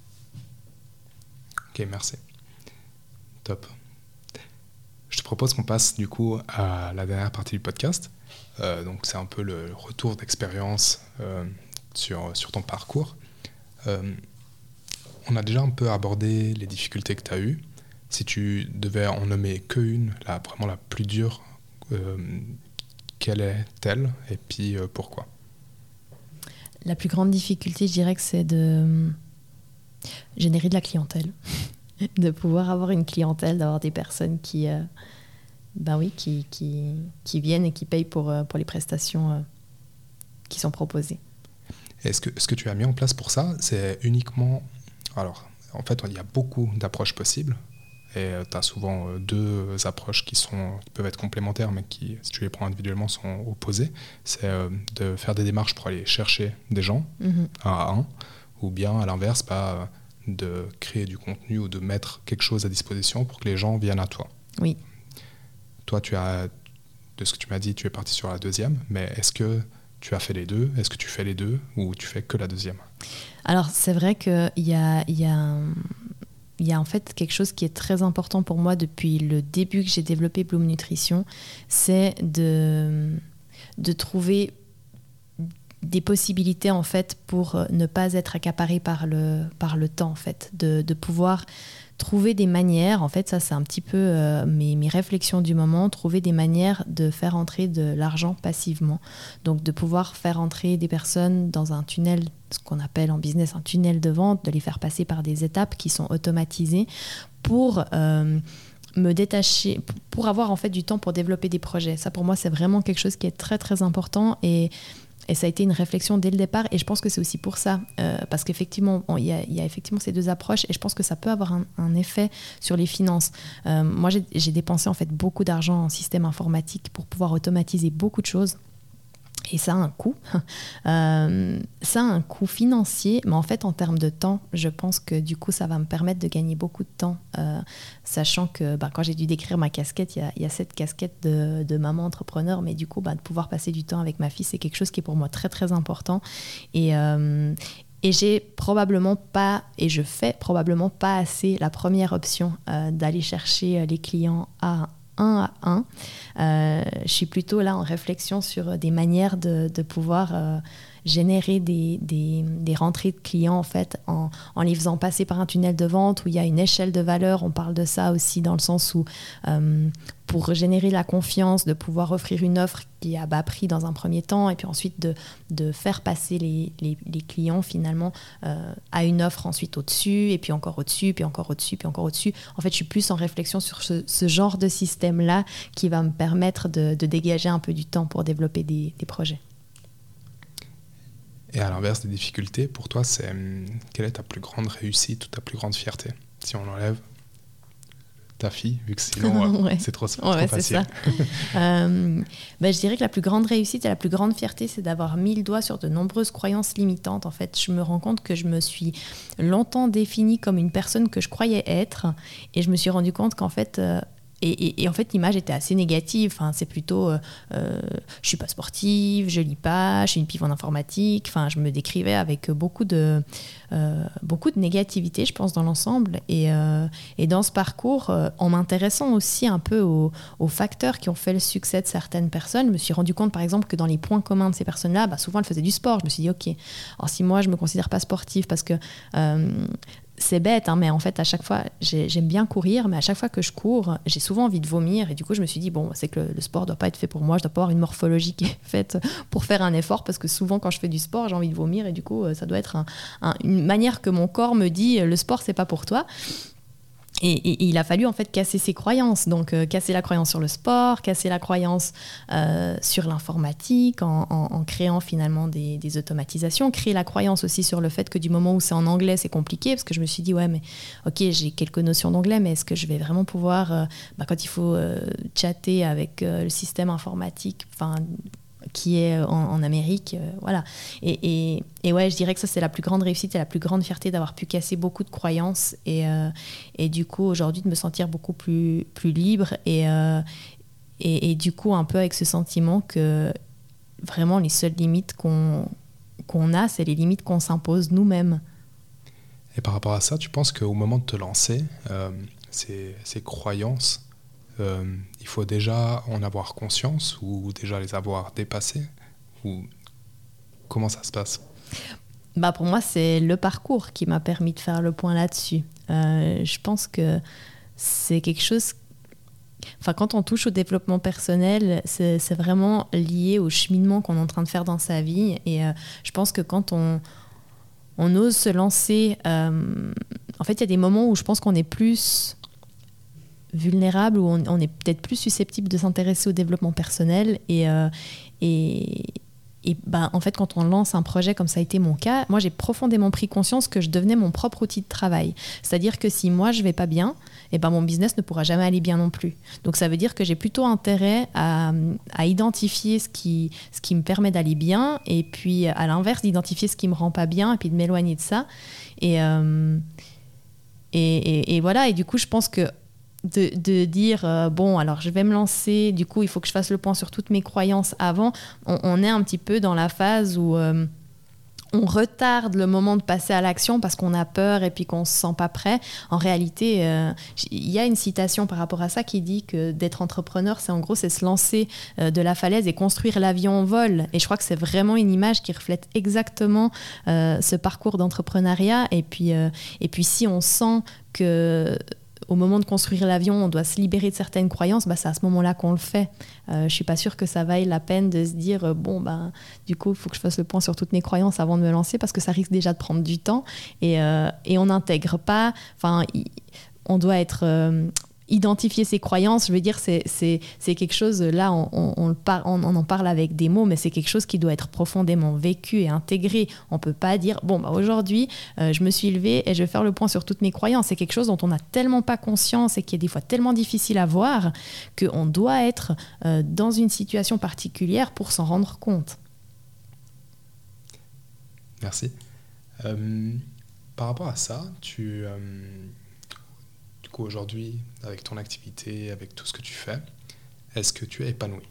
Ok, merci. Top. Je te propose qu'on passe du coup à la dernière partie du podcast. Euh, donc c'est un peu le retour d'expérience euh, sur, sur ton parcours. Euh, on a déjà un peu abordé les difficultés que tu as eues. Si tu devais en nommer qu'une, la, vraiment la plus dure, euh, quelle est-elle et puis euh, pourquoi? La plus grande difficulté, je dirais que c'est de générer de la clientèle. De pouvoir avoir une clientèle, d'avoir des personnes qui, euh, ben oui, qui, qui, qui viennent et qui payent pour, pour les prestations euh, qui sont proposées. Est-ce que ce que tu as mis en place pour ça, c'est uniquement... Alors, en fait, il y a beaucoup d'approches possibles, et tu as souvent deux approches qui, sont, qui peuvent être complémentaires, mais qui, si tu les prends individuellement, sont opposées. C'est euh, de faire des démarches pour aller chercher des gens, mm-hmm. un à un, ou bien, à l'inverse, pas... de créer du contenu ou de mettre quelque chose à disposition pour que les gens viennent à toi. Oui. Toi, tu as, de ce que tu m'as dit, tu es parti sur la deuxième, mais est-ce que tu as fait les deux? Est-ce que tu fais les deux ou tu fais que la deuxième? Alors, c'est vrai qu'il y a, y a, y a en fait quelque chose qui est très important pour moi depuis le début que j'ai développé Bloom Nutrition, c'est de, de trouver des possibilités en fait pour ne pas être accaparé par le, par le temps en fait, de, de pouvoir trouver des manières, en fait ça c'est un petit peu euh, mes, mes réflexions du moment, trouver des manières de faire entrer de l'argent passivement, donc de pouvoir faire entrer des personnes dans un tunnel, ce qu'on appelle en business un tunnel de vente, de les faire passer par des étapes qui sont automatisées pour euh, me détacher, pour avoir en fait du temps pour développer des projets. Ça pour moi c'est vraiment quelque chose qui est très très important et, et ça a été une réflexion dès le départ et je pense que c'est aussi pour ça euh, parce qu'effectivement il y, y a effectivement ces deux approches et je pense que ça peut avoir un, un effet sur les finances. Euh, moi j'ai, j'ai dépensé en fait beaucoup d'argent en système informatique pour pouvoir automatiser beaucoup de choses. Et ça a un coût. Euh, ça a un coût financier, mais en fait, en termes de temps, je pense que du coup, ça va me permettre de gagner beaucoup de temps, euh, sachant que bah, quand j'ai dû décrire ma casquette, il y a, y a cette casquette de, de maman entrepreneur, mais du coup, bah, de pouvoir passer du temps avec ma fille, c'est quelque chose qui est pour moi très, très important. Et, euh, et j'ai probablement pas, et je fais probablement pas assez la première option euh, d'aller chercher les clients à un à un. Euh, je suis plutôt là en réflexion sur des manières de, de pouvoir euh, générer des, des, des rentrées de clients en fait, en, en les faisant passer par un tunnel de vente où il y a une échelle de valeur. On parle de ça aussi dans le sens où euh, pour générer la confiance, de pouvoir offrir une offre qui est à bas prix dans un premier temps et puis ensuite de, de faire passer les, les, les clients finalement euh, à une offre ensuite au-dessus et puis encore au-dessus, puis encore au-dessus, puis encore au-dessus. En fait, je suis plus en réflexion sur ce, ce genre de système-là qui va me permettre de, de dégager un peu du temps pour développer des, des projets. Et à l'inverse des difficultés, pour toi, c'est quelle est ta plus grande réussite ou ta plus grande fierté? Si on enlève ta fille, vu que sinon ouais. c'est trop, trop ouais, facile. C'est ça. euh, ben, je dirais que la plus grande réussite et la plus grande fierté, c'est d'avoir mis le doigt sur de nombreuses croyances limitantes. En fait, je me rends compte que je me suis longtemps définie comme une personne que je croyais être et je me suis rendu compte qu'en fait... Euh, Et, et, et en fait, l'image était assez négative. Enfin, c'est plutôt, euh, euh, je suis pas sportive, je lis pas, je suis une pive en informatique. Enfin, je me décrivais avec beaucoup de, euh, beaucoup de négativité, je pense, dans l'ensemble. Et, euh, et dans ce parcours, euh, en m'intéressant aussi un peu aux, aux facteurs qui ont fait le succès de certaines personnes, je me suis rendu compte, par exemple, que dans les points communs de ces personnes-là, bah, souvent elles faisaient du sport. Je me suis dit, ok, alors si moi je me considère pas sportive parce que euh, c'est bête, hein, mais en fait, à chaque fois, j'ai, j'aime bien courir, mais à chaque fois que je cours, j'ai souvent envie de vomir. Et du coup, je me suis dit, bon, c'est que le, le sport ne doit pas être fait pour moi. Je ne dois pas avoir une morphologie qui est faite pour faire un effort, parce que souvent, quand je fais du sport, j'ai envie de vomir. Et du coup, ça doit être un, un, une manière que mon corps me dit, le sport, ce n'est pas pour toi. Et, et, et il a fallu en fait casser ses croyances, donc euh, casser la croyance sur le sport, casser la croyance euh, sur l'informatique en, en, en créant finalement des, des automatisations, créer la croyance aussi sur le fait que du moment où c'est en anglais c'est compliqué, parce que je me suis dit ouais mais ok j'ai quelques notions d'anglais mais est-ce que je vais vraiment pouvoir, euh, bah, quand il faut euh, chatter avec euh, le système informatique, enfin qui est en, en Amérique, euh, voilà. Et, et, et ouais, je dirais que ça, c'est la plus grande réussite et la plus grande fierté d'avoir pu casser beaucoup de croyances et, euh, et du coup, aujourd'hui, de me sentir beaucoup plus, plus libre et, euh, et, et du coup, un peu avec ce sentiment que vraiment, les seules limites qu'on, qu'on a, c'est les limites qu'on s'impose nous-mêmes. Et par rapport à ça, tu penses qu'au moment de te lancer, euh, ces, ces croyances, Euh, il faut déjà en avoir conscience ou déjà les avoir dépassées ou comment ça se passe? Bah pour moi, c'est le parcours qui m'a permis de faire le point là-dessus. Euh, je pense que c'est quelque chose... Enfin, quand on touche au développement personnel, c'est, c'est vraiment lié au cheminement qu'on est en train de faire dans sa vie. Et euh, je pense que quand on, on ose se lancer... Euh, en fait, il y a des moments où je pense qu'on est plus... vulnérable, où on, on est peut-être plus susceptible de s'intéresser au développement personnel et, euh, et, et ben, en fait quand on lance un projet comme ça a été mon cas, moi j'ai profondément pris conscience que je devenais mon propre outil de travail, c'est-à-dire que si moi je vais pas bien, et ben mon business ne pourra jamais aller bien non plus. Donc ça veut dire que j'ai plutôt intérêt à, à identifier ce qui, ce qui me permet d'aller bien et puis à l'inverse d'identifier ce qui me rend pas bien et puis de m'éloigner de ça et, euh, et, et, et voilà. Et du coup je pense que De, de dire euh, bon alors je vais me lancer, du coup il faut que je fasse le point sur toutes mes croyances avant, on, on est un petit peu dans la phase où euh, on retarde le moment de passer à l'action parce qu'on a peur et puis qu'on ne se sent pas prêt. En réalité, il euh, y a une citation par rapport à ça qui dit que d'être entrepreneur, c'est en gros, c'est se lancer euh, de la falaise et construire l'avion en vol. Et je crois que c'est vraiment une image qui reflète exactement euh, ce parcours d'entrepreneuriat. Et puis, euh, et puis si on sent que... au moment de construire l'avion, on doit se libérer de certaines croyances, bah c'est à ce moment-là qu'on le fait. Euh, je ne suis pas sûre que ça vaille la peine de se dire euh, bon, bah, du coup, il faut que je fasse le point sur toutes mes croyances avant de me lancer parce que ça risque déjà de prendre du temps et, euh, et on n'intègre pas. Enfin, on doit être... Euh, identifier ses croyances, je veux dire, c'est, c'est, c'est quelque chose, là, on, on, on, par, on, on en parle avec des mots, mais c'est quelque chose qui doit être profondément vécu et intégré. On ne peut pas dire, bon, bah, aujourd'hui, euh, je me suis levée et je vais faire le point sur toutes mes croyances. C'est quelque chose dont on n'a tellement pas conscience et qui est des fois tellement difficile à voir qu'on doit être euh, dans une situation particulière pour s'en rendre compte. Merci. Euh, par rapport à ça, tu... Euh... aujourd'hui, avec ton activité, avec tout ce que tu fais, est-ce que tu es épanoui?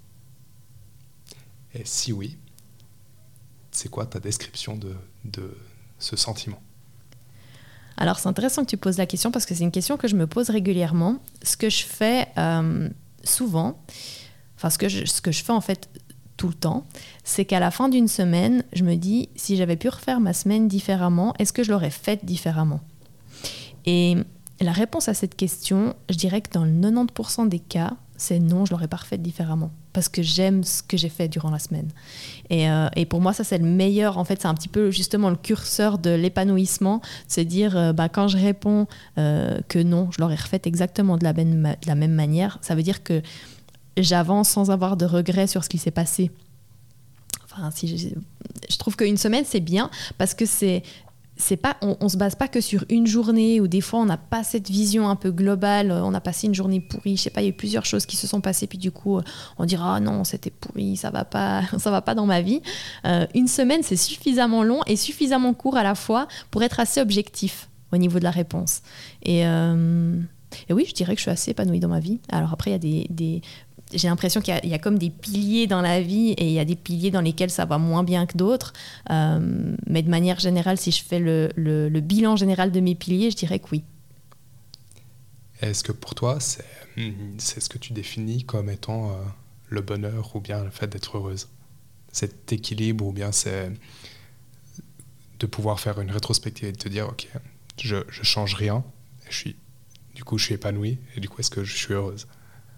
Et si oui, c'est quoi ta description de, de ce sentiment? Alors, c'est intéressant que tu poses la question parce que c'est une question que je me pose régulièrement. Ce que je fais euh, souvent, enfin, ce que je, ce que je fais en fait tout le temps, c'est qu'à la fin d'une semaine, je me dis, si j'avais pu refaire ma semaine différemment, est-ce que je l'aurais faite différemment? Et la réponse à cette question, je dirais que dans le quatre-vingt-dix pour cent des cas, c'est non, je ne l'aurais pas refaite différemment. Parce que j'aime ce que j'ai fait durant la semaine. Et, euh, et pour moi, ça, c'est le meilleur. En fait, c'est un petit peu justement le curseur de l'épanouissement. Se dire, euh, bah, quand je réponds euh, que non, je l'aurais refaite exactement de la, même, de la même manière, ça veut dire que j'avance sans avoir de regrets sur ce qui s'est passé. Enfin, si je, je trouve qu'une semaine, c'est bien parce que c'est... C'est pas, on ne se base pas que sur une journée où des fois on n'a pas cette vision un peu globale, on a passé une journée pourrie, je sais pas, il y a eu plusieurs choses qui se sont passées puis du coup on dira ah non c'était pourri, ça va pas, ça va pas dans ma vie. Euh, une semaine c'est suffisamment long et suffisamment court à la fois pour être assez objectif au niveau de la réponse. Et, euh, et oui, je dirais que je suis assez épanouie dans ma vie. Alors après il y a des, des j'ai l'impression qu'il y a, il y a comme des piliers dans la vie et il y a des piliers dans lesquels ça va moins bien que d'autres. Euh, mais de manière générale, si je fais le, le, le bilan général de mes piliers, je dirais que oui. Est-ce que pour toi, c'est, c'est ce que tu définis comme étant euh, le bonheur ou bien le fait d'être heureuse? Cet équilibre ou bien c'est de pouvoir faire une rétrospective et de te dire ok, je ne change rien, et je suis, du coup je suis épanouie et du coup est-ce que je suis heureuse?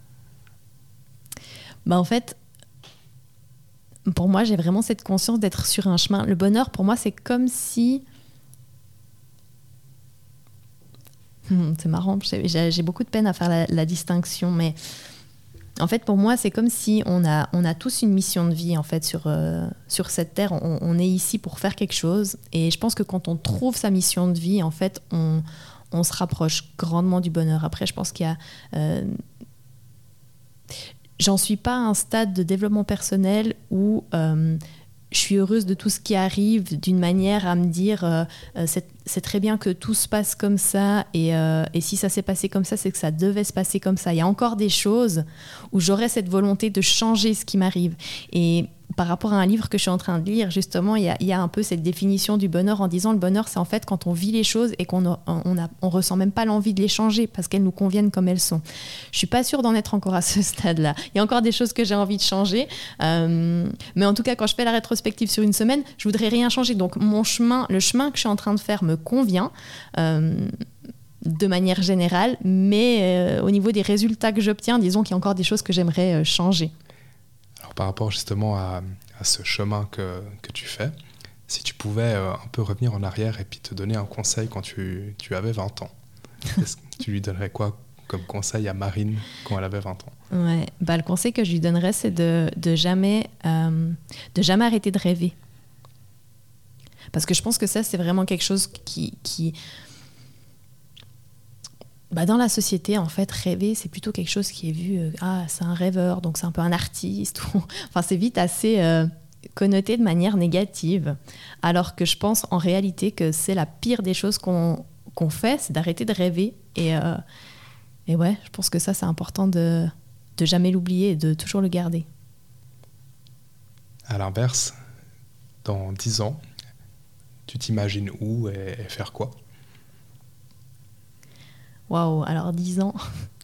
Bah en fait, pour moi, j'ai vraiment cette conscience d'être sur un chemin. Le bonheur, pour moi, c'est comme si... Hum, c'est marrant, j'ai, j'ai beaucoup de peine à faire la, la distinction, mais en fait, pour moi, c'est comme si on a, on a tous une mission de vie en fait, sur, euh, sur cette terre. On, on est ici pour faire quelque chose. Et je pense que quand on trouve sa mission de vie, en fait, on, on se rapproche grandement du bonheur. Après, je pense qu'il y a... Euh, J'en suis pas à un stade de développement personnel où euh, je suis heureuse de tout ce qui arrive d'une manière à me dire euh, c'est, c'est très bien que tout se passe comme ça et, euh, et si ça s'est passé comme ça, c'est que ça devait se passer comme ça. Il y a encore des choses où j'aurais cette volonté de changer ce qui m'arrive. Et par rapport à un livre que je suis en train de lire, justement, il y a, il y a un peu cette définition du bonheur en disant le bonheur, c'est en fait quand on vit les choses et qu'on a, on a, on ressent même pas l'envie de les changer parce qu'elles nous conviennent comme elles sont. Je suis pas sûre d'en être encore à ce stade-là. Il y a encore des choses que j'ai envie de changer. Euh, mais en tout cas, quand je fais la rétrospective sur une semaine, je voudrais rien changer. Donc, mon chemin, le chemin que je suis en train de faire me convient. Euh, de manière générale, mais euh, au niveau des résultats que j'obtiens, disons qu'il y a encore des choses que j'aimerais euh, changer. Alors, par rapport justement à, à ce chemin que, que tu fais, si tu pouvais euh, un peu revenir en arrière et puis te donner un conseil quand tu, tu avais vingt ans, est-ce que tu lui donnerais quoi comme conseil à Marine quand elle avait vingt ans? Ouais, bah, le conseil que je lui donnerais, c'est de, de, jamais, euh, de jamais arrêter de rêver. Parce que je pense que ça, c'est vraiment quelque chose qui... qui Bah dans la société, en fait, rêver, c'est plutôt quelque chose qui est vu, euh, ah, c'est un rêveur, donc c'est un peu un artiste. Ou... Enfin, c'est vite assez euh, connoté de manière négative. Alors que je pense en réalité que c'est la pire des choses qu'on, qu'on fait, c'est d'arrêter de rêver. Et, euh, et ouais, je pense que ça, c'est important de, de jamais l'oublier et de toujours le garder. À l'inverse, dans dix ans, tu t'imagines où et, et faire quoi? Waouh, alors dix ans.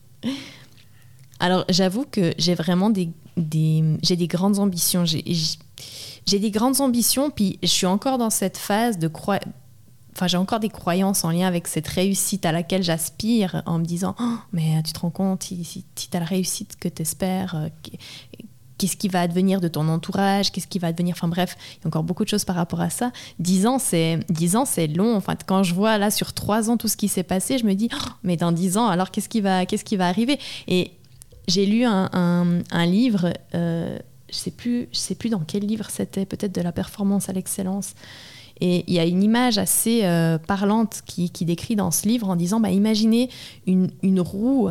Alors j'avoue que j'ai vraiment des, des, j'ai des grandes ambitions. J'ai, j'ai des grandes ambitions, puis je suis encore dans cette phase de croire. Enfin, j'ai encore des croyances en lien avec cette réussite à laquelle j'aspire, en me disant oh, mais tu te rends compte, si, si, si tu as la réussite que tu espères, euh, qu'est-ce qui va advenir de ton entourage, qu'est-ce qui va advenir, enfin bref, il y a encore beaucoup de choses par rapport à ça. Dix ans, c'est, dix ans, c'est long. Enfin, quand je vois là sur trois ans tout ce qui s'est passé, je me dis oh, mais dans dix ans, alors qu'est-ce qui va, qu'est-ce qui va arriver? Et j'ai lu un, un, un livre, euh, je sais plus, je sais plus dans quel livre c'était, peut-être de la performance à l'excellence. Et il y a une image assez euh, parlante qui, qui décrit dans ce livre en disant bah, imaginez une, une roue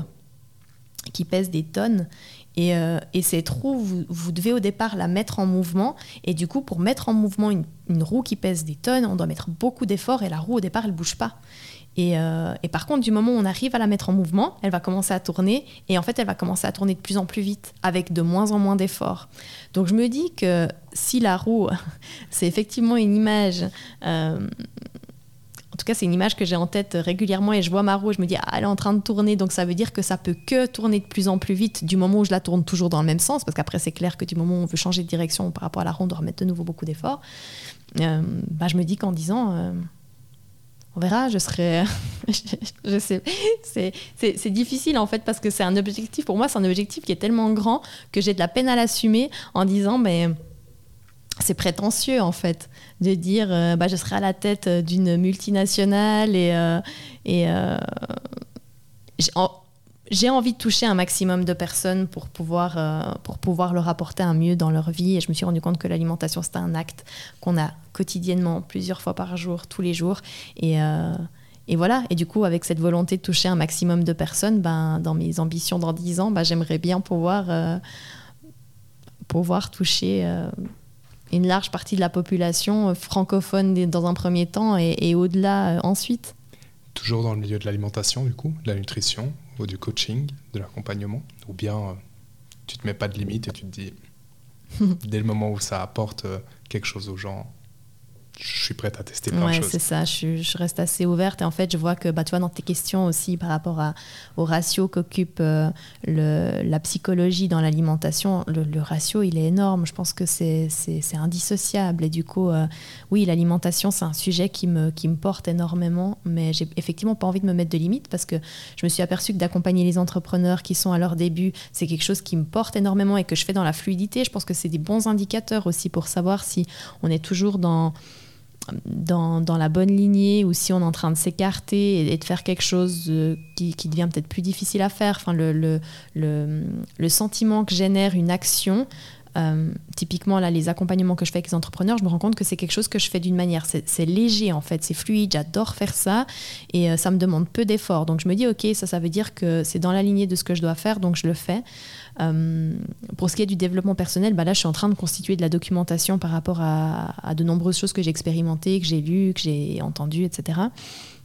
qui pèse des tonnes et, euh, et cette roue, vous, vous devez au départ la mettre en mouvement et du coup pour mettre en mouvement une, une roue qui pèse des tonnes, on doit mettre beaucoup d'efforts et la roue au départ elle ne bouge pas. Et, euh, et par contre, du moment où on arrive à la mettre en mouvement, elle va commencer à tourner et en fait, elle va commencer à tourner de plus en plus vite avec de moins en moins d'efforts. Donc, je me dis que si la roue, c'est effectivement une image, euh, en tout cas, c'est une image que j'ai en tête régulièrement et je vois ma roue et je me dis, ah, elle est en train de tourner, donc ça veut dire que ça peut que tourner de plus en plus vite du moment où je la tourne toujours dans le même sens, parce qu'après, c'est clair que du moment où on veut changer de direction par rapport à la roue, on doit remettre de nouveau beaucoup d'efforts. Euh, bah, je me dis qu'en disant... Euh, on verra, je serai... je sais, c'est, c'est, c'est difficile en fait parce que c'est un objectif, pour moi c'est un objectif qui est tellement grand que j'ai de la peine à l'assumer en disant mais c'est prétentieux en fait de dire euh, bah, je serai à la tête d'une multinationale et, euh, et euh, j'ai, en, j'ai envie de toucher un maximum de personnes pour pouvoir, euh, pour pouvoir leur apporter un mieux dans leur vie et je me suis rendu compte que l'alimentation c'était un acte qu'on a quotidiennement, plusieurs fois par jour, tous les jours. Et, euh, et voilà. Et du coup, avec cette volonté de toucher un maximum de personnes, ben, dans mes ambitions dans dix ans, ben, j'aimerais bien pouvoir, euh, pouvoir toucher euh, une large partie de la population francophone dans un premier temps et, et au-delà euh, ensuite. Toujours dans le milieu de l'alimentation, du coup, de la nutrition, ou du coaching, de l'accompagnement, ou bien euh, tu te mets pas de limite et tu te dis, dès le moment où ça apporte euh, quelque chose aux gens, je suis prête à tester plein ouais, de choses. Ouais, c'est ça. Je, je reste assez ouverte. Et en fait, je vois que, bah, tu vois, dans tes questions aussi, par rapport à, au ratio qu'occupe euh, le, la psychologie dans l'alimentation, le, le ratio, il est énorme. Je pense que c'est, c'est, c'est indissociable. Et du coup, euh, oui, l'alimentation, c'est un sujet qui me, qui me porte énormément. Mais j'ai effectivement pas envie de me mettre de limites parce que je me suis aperçue que d'accompagner les entrepreneurs qui sont à leur début, c'est quelque chose qui me porte énormément et que je fais dans la fluidité. Je pense que c'est des bons indicateurs aussi pour savoir si on est toujours dans... Dans, dans la bonne lignée ou si on est en train de s'écarter et, et de faire quelque chose euh, qui, qui devient peut-être plus difficile à faire. Enfin, le, le, le, le sentiment que génère une action, euh, typiquement là, les accompagnements que je fais avec les entrepreneurs, je me rends compte que c'est quelque chose que je fais d'une manière, c'est, c'est léger en fait, c'est fluide, j'adore faire ça et euh, ça me demande peu d'efforts. Donc je me dis ok, ça, ça veut dire que c'est dans la lignée de ce que je dois faire, donc je le fais. Euh, pour ce qui est du développement personnel, bah là je suis en train de constituer de la documentation par rapport à, à de nombreuses choses que j'ai expérimentées, que j'ai lues, que j'ai entendues, et cetera.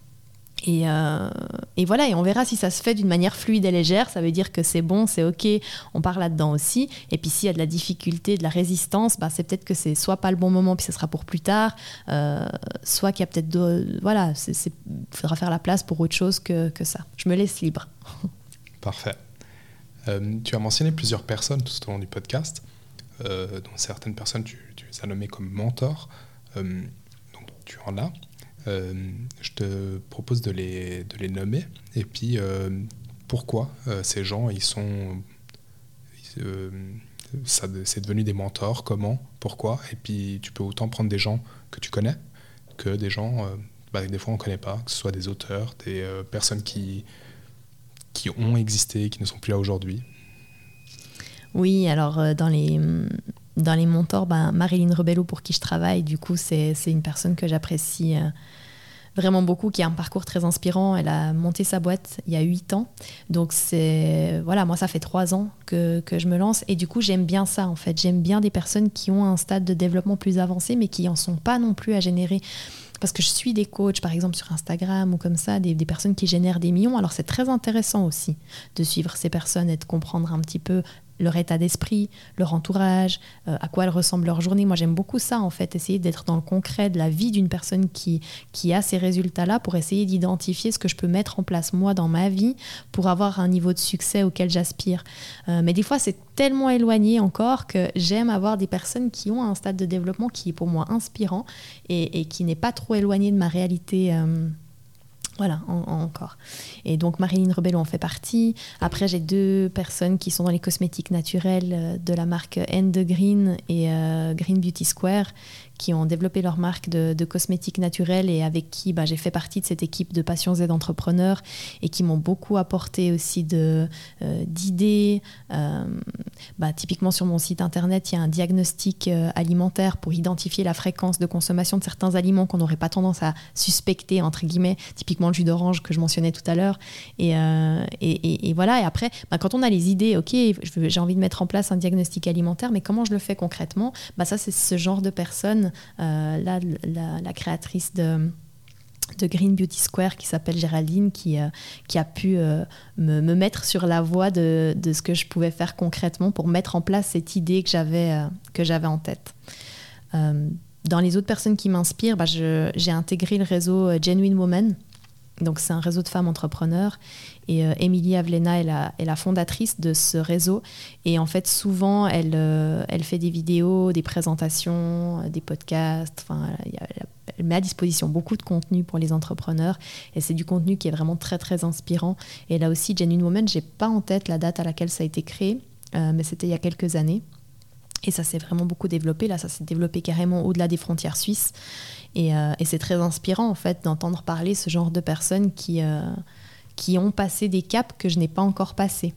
Et, euh, et voilà, et on verra si ça se fait d'une manière fluide et légère, ça veut dire que c'est bon, c'est ok, on part là-dedans aussi. Et puis s'il y a de la difficulté, de la résistance, bah, c'est peut-être que c'est soit pas le bon moment, puis ça sera pour plus tard, euh, soit qu'il y a peut-être de, voilà, c'est, c'est, faudra faire la place pour autre chose que, que ça. Je me laisse libre. Parfait. Euh, tu as mentionné plusieurs personnes tout au long du podcast, euh, dont certaines personnes tu, tu les as nommées comme mentors, euh, donc tu en as. Euh, je te propose de les, de les nommer et puis euh, pourquoi euh, ces gens ils sont euh, ça, c'est devenu des mentors, comment, pourquoi, et puis tu peux autant prendre des gens que tu connais que des gens euh, bah, des fois on ne connaît pas, que ce soit des auteurs, des euh, personnes qui qui ont existé, qui ne sont plus là aujourd'hui. Oui, alors euh, dans les, dans les mentors, ben, Marilyn Rebello, pour qui je travaille, du coup, c'est, c'est une personne que j'apprécie euh, vraiment beaucoup, qui a un parcours très inspirant. Elle a monté sa boîte il y a huit ans. Donc, c'est, voilà, moi, ça fait trois ans que, que je me lance. Et du coup, j'aime bien ça, en fait. J'aime bien des personnes qui ont un stade de développement plus avancé, mais qui n'en sont pas non plus à générer... Parce que je suis des coachs, par exemple, sur Instagram ou comme ça, des, des personnes qui génèrent des millions. Alors, c'est très intéressant aussi de suivre ces personnes et de comprendre un petit peu leur état d'esprit, leur entourage, euh, à quoi elle ressemble leur journée. Moi, j'aime beaucoup ça, en fait, essayer d'être dans le concret de la vie d'une personne qui, qui a ces résultats-là pour essayer d'identifier ce que je peux mettre en place, moi, dans ma vie, pour avoir un niveau de succès auquel j'aspire. Euh, mais des fois, c'est tellement éloigné encore que j'aime avoir des personnes qui ont un stade de développement qui est pour moi inspirant et, et qui n'est pas trop éloigné de ma réalité euh, Voilà, en, en encore. Et donc Marilyn Rebello en fait partie. Après, j'ai deux personnes qui sont dans les cosmétiques naturels euh, de la marque N de Green et euh, Green Beauty Square, qui ont développé leur marque de, de cosmétiques naturels et avec qui bah, j'ai fait partie de cette équipe de passions et d'entrepreneurs et qui m'ont beaucoup apporté aussi de, euh, d'idées. Euh, bah, typiquement sur mon site internet, il y a un diagnostic euh, alimentaire pour identifier la fréquence de consommation de certains aliments qu'on n'aurait pas tendance à suspecter, entre guillemets, typiquement le jus d'orange que je mentionnais tout à l'heure. Et, euh, et, et, et voilà, et après, bah, quand on a les idées, ok, je veux, j'ai envie de mettre en place un diagnostic alimentaire, mais comment je le fais concrètement ? Bah, ça, c'est ce genre de personnes. Euh, là, la, la créatrice de, de Green Beauty Square qui s'appelle Géraldine qui, euh, qui a pu euh, me, me mettre sur la voie de, de ce que je pouvais faire concrètement pour mettre en place cette idée que j'avais, euh, que j'avais en tête. Euh, dans les autres personnes qui m'inspirent, bah, je, j'ai intégré le réseau Genuine Woman. Donc, c'est un réseau de femmes entrepreneurs. Et euh, Émilie Avlena est la, est la fondatrice de ce réseau. Et en fait, souvent, elle, euh, elle fait des vidéos, des présentations, euh, des podcasts. Enfin, elle met à disposition beaucoup de contenu pour les entrepreneurs. Et c'est du contenu qui est vraiment très, très inspirant. Et là aussi, Genuine Woman, je n'ai pas en tête la date à laquelle ça a été créé, euh, mais c'était il y a quelques années. Et ça s'est vraiment beaucoup développé. Là, ça s'est développé carrément au-delà des frontières suisses. Et, euh, et c'est très inspirant, en fait, d'entendre parler ce genre de personnes qui, euh, qui ont passé des caps que je n'ai pas encore passés.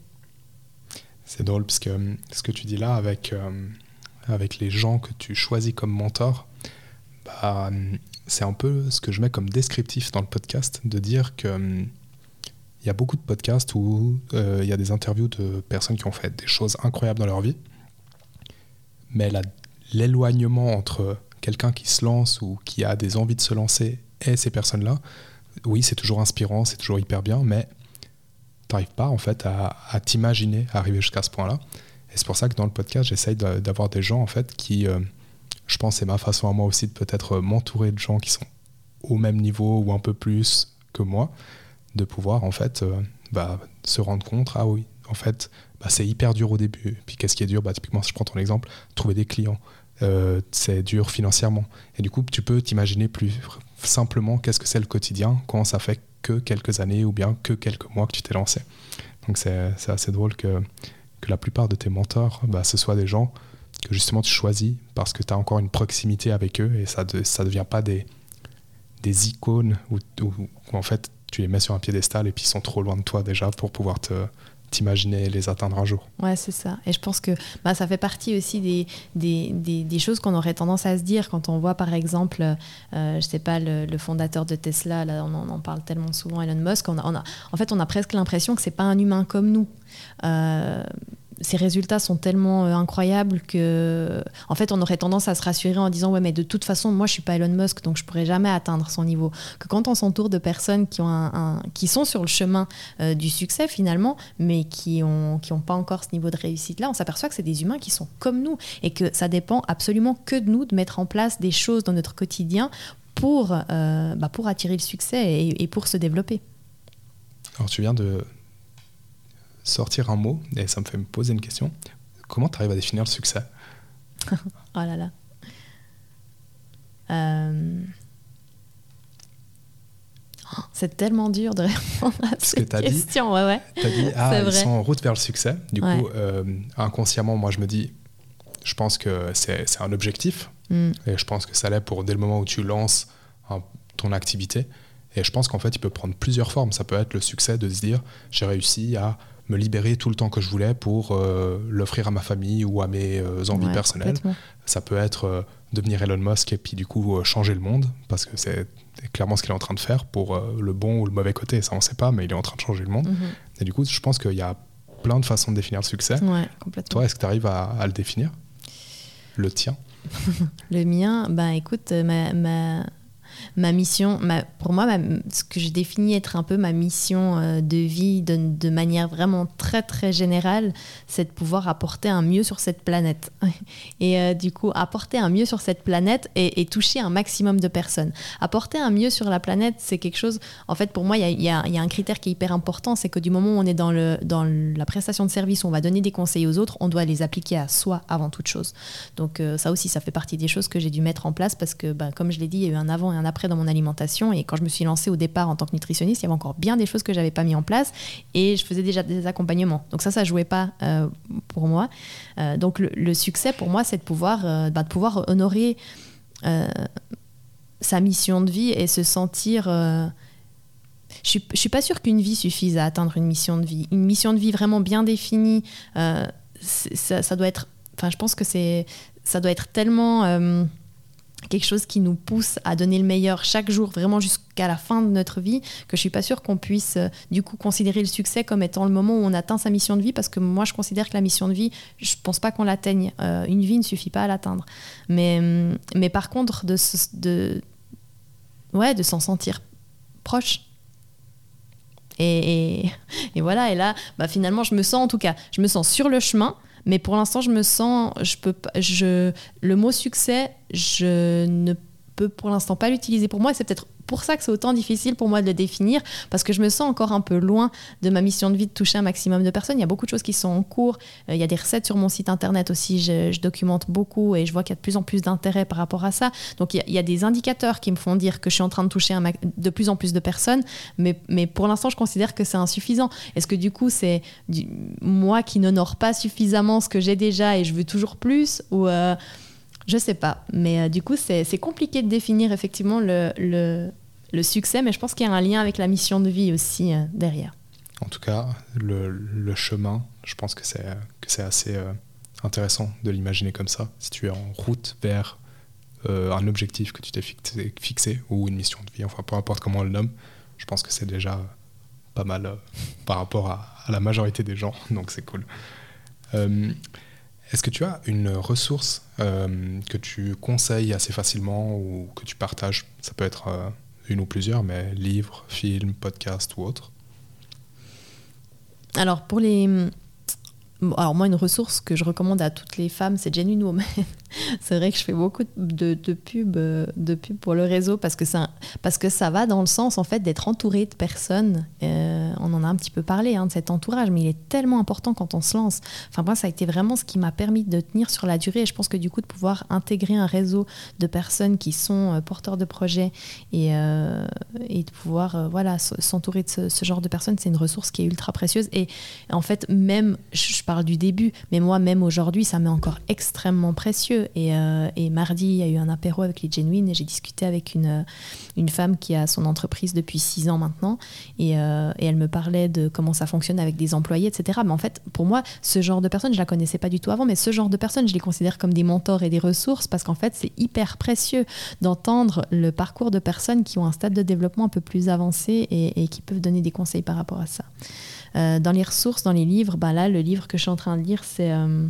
C'est drôle, parce que ce que tu dis là, avec, euh, avec les gens que tu choisis comme mentors, bah, c'est un peu ce que je mets comme descriptif dans le podcast, de dire que euh, y a beaucoup de podcasts où il euh, y a des interviews de personnes qui ont fait des choses incroyables dans leur vie, mais la, l'éloignement entre quelqu'un qui se lance ou qui a des envies de se lancer et ces personnes-là, oui, c'est toujours inspirant, c'est toujours hyper bien, mais tu n'arrives pas en fait à, à t'imaginer arriver jusqu'à ce point-là. Et c'est pour ça que dans le podcast, j'essaye de, d'avoir des gens en fait qui, euh, je pense, c'est ma façon à moi aussi de peut-être m'entourer de gens qui sont au même niveau ou un peu plus que moi, de pouvoir en fait euh, bah, se rendre compte, ah oui, en fait, bah, c'est hyper dur au début. Puis qu'est-ce qui est dur ? Bah, typiquement, si je prends ton exemple, trouver des clients. Euh, c'est dur financièrement. Et du coup, tu peux t'imaginer plus simplement qu'est-ce que c'est le quotidien quand ça fait que quelques années ou bien que quelques mois que tu t'es lancé. Donc c'est, c'est assez drôle que, que la plupart de tes mentors, bah, ce soient des gens que justement tu choisis parce que tu as encore une proximité avec eux et ça ne de, devient pas des, des icônes où, où, où en fait tu les mets sur un piédestal et puis ils sont trop loin de toi déjà pour pouvoir te... t'imaginer les atteindre un jour. Ouais, c'est ça. Et je pense que bah, ça fait partie aussi des, des, des, des choses qu'on aurait tendance à se dire quand on voit, par exemple, euh, je sais pas, le, le fondateur de Tesla, là, on, en, on en parle tellement souvent, Elon Musk, on a, on a, en fait, on a presque l'impression que c'est pas un humain comme nous. Euh, Ces résultats sont tellement euh, incroyables que, en fait, on aurait tendance à se rassurer en disant ouais, mais de toute façon, moi, je suis pas Elon Musk, donc je pourrais jamais atteindre son niveau. Que quand on s'entoure de personnes qui ont un, un, qui sont sur le chemin euh, du succès finalement, mais qui ont qui ont pas encore ce niveau de réussite-là, on s'aperçoit que c'est des humains qui sont comme nous et que ça dépend absolument que de nous de mettre en place des choses dans notre quotidien pour euh, bah, pour attirer le succès et, et pour se développer. Alors, tu viens de sortir un mot, et ça me fait me poser une question. Comment tu arrives à définir le succès ? Oh là là. Euh... Oh, c'est tellement dur de répondre à Parce cette que t'as question. Dit, ouais, ouais. Tu as dit, ah, c'est ils vrai. sont en route vers le succès. Du ouais. coup, euh, inconsciemment, moi, je me dis, je pense que c'est, c'est un objectif. Mm. Et je pense que ça l'est pour dès le moment où tu lances un, ton activité. Et je pense qu'en fait, il peut prendre plusieurs formes. Ça peut être le succès de se dire, j'ai réussi à me libérer tout le temps que je voulais pour euh, l'offrir à ma famille ou à mes euh, envies ouais, personnelles. Ça peut être euh, devenir Elon Musk et puis du coup euh, changer le monde, parce que c'est clairement ce qu'il est en train de faire pour euh, le bon ou le mauvais côté, ça on ne sait pas, mais il est en train de changer le monde. Mm-hmm. Et du coup, je pense qu'il y a plein de façons de définir le succès. Ouais, complètement. Toi, est-ce que tu arrives à, à le définir ? Le tien ? Le mien, ben écoute, ma... ma... ma mission, ma, pour moi, ma, ce que je définis être un peu ma mission euh, de vie de, de manière vraiment très très générale, c'est de pouvoir apporter un mieux sur cette planète. Et euh, du coup, apporter un mieux sur cette planète et, et toucher un maximum de personnes. Apporter un mieux sur la planète, c'est quelque chose, en fait, pour moi, il y a, y a, y a un critère qui est hyper important, c'est que du moment où on est dans, le, dans la prestation de service, où on va donner des conseils aux autres, on doit les appliquer à soi avant toute chose. Donc euh, ça aussi, ça fait partie des choses que j'ai dû mettre en place parce que, ben, comme je l'ai dit, il y a eu un avant et un après dans mon alimentation. Et quand je me suis lancée au départ en tant que nutritionniste, il y avait encore bien des choses que je n'avais pas mis en place et je faisais déjà des accompagnements. Donc ça, ça ne jouait pas euh, pour moi. Euh, donc le, le succès pour moi, c'est de pouvoir, euh, ben, de pouvoir honorer euh, sa mission de vie et se sentir... Euh, je ne suis pas sûre qu'une vie suffise à atteindre une mission de vie. Une mission de vie vraiment bien définie, euh, ça, ça doit être... Enfin, je pense que c'est, ça doit être tellement euh, quelque chose qui nous pousse à donner le meilleur chaque jour, vraiment jusqu'à la fin de notre vie, que je ne suis pas sûre qu'on puisse euh, du coup considérer le succès comme étant le moment où on atteint sa mission de vie, parce que moi, je considère que la mission de vie, je ne pense pas qu'on l'atteigne. Euh, une vie ne suffit pas à l'atteindre. Mais, mais par contre, de, de, ouais, de s'en sentir proche. Et, et, et voilà, et là, bah, finalement, je me sens, en tout cas, je me sens sur le chemin. Mais pour l'instant, je me sens, je peux pas, je, le mot succès, je ne peux pour l'instant pas l'utiliser pour moi. Et c'est peut-être pour ça que c'est autant difficile pour moi de le définir, parce que je me sens encore un peu loin de ma mission de vie de toucher un maximum de personnes. Il y a beaucoup de choses qui sont en cours. Euh, il y a des recettes sur mon site internet aussi. Je, je documente beaucoup et je vois qu'il y a de plus en plus d'intérêt par rapport à ça. Donc il y a, il y a des indicateurs qui me font dire que je suis en train de toucher un, de plus en plus de personnes, mais, mais pour l'instant, je considère que c'est insuffisant. Est-ce que du coup, c'est du, moi qui n'honore pas suffisamment ce que j'ai déjà et je veux toujours plus, ou euh, je sais pas. Mais euh, du coup, c'est, c'est compliqué de définir effectivement le, le, le succès, mais je pense qu'il y a un lien avec la mission de vie aussi euh, derrière. En tout cas, le, le chemin, je pense que c'est, que c'est assez euh, intéressant de l'imaginer comme ça. Si tu es en route vers euh, un objectif que tu t'es fixé, fixé ou une mission de vie, enfin peu importe comment on le nomme, je pense que c'est déjà pas mal euh, par rapport à, à la majorité des gens, donc c'est cool. Euh, Est-ce que tu as une ressource euh, que tu conseilles assez facilement ou que tu partages ? Ça peut être euh, une ou plusieurs, mais livres, films, podcasts ou autre. Alors, pour les... Alors moi, une ressource que je recommande à toutes les femmes, c'est Genuine Woman. C'est vrai que je fais beaucoup de, de pubs de pub pour le réseau parce que, ça, parce que ça va dans le sens en fait, d'être entouré de personnes. Euh, on en a un petit peu parlé hein, de cet entourage, mais il est tellement important quand on se lance. Enfin, moi, ça a été vraiment ce qui m'a permis de tenir sur la durée. Et je pense que du coup, de pouvoir intégrer un réseau de personnes qui sont euh, porteurs de projets et, euh, et de pouvoir euh, voilà, s'entourer de ce, ce genre de personnes, c'est une ressource qui est ultra précieuse. Et en fait, même, je parle du début, mais moi, même aujourd'hui, ça m'est encore extrêmement précieux. Et, euh, et mardi, il y a eu un apéro avec les Genuine et j'ai discuté avec une, une femme qui a son entreprise depuis six ans maintenant et, euh, et elle me parlait de comment ça fonctionne avec des employés, et cetera. Mais en fait, pour moi, ce genre de personnes, je ne la connaissais pas du tout avant, mais ce genre de personnes, je les considère comme des mentors et des ressources parce qu'en fait, c'est hyper précieux d'entendre le parcours de personnes qui ont un stade de développement un peu plus avancé et, et qui peuvent donner des conseils par rapport à ça. Euh, dans les ressources, dans les livres, ben là, le livre que je suis en train de lire, c'est... Euh,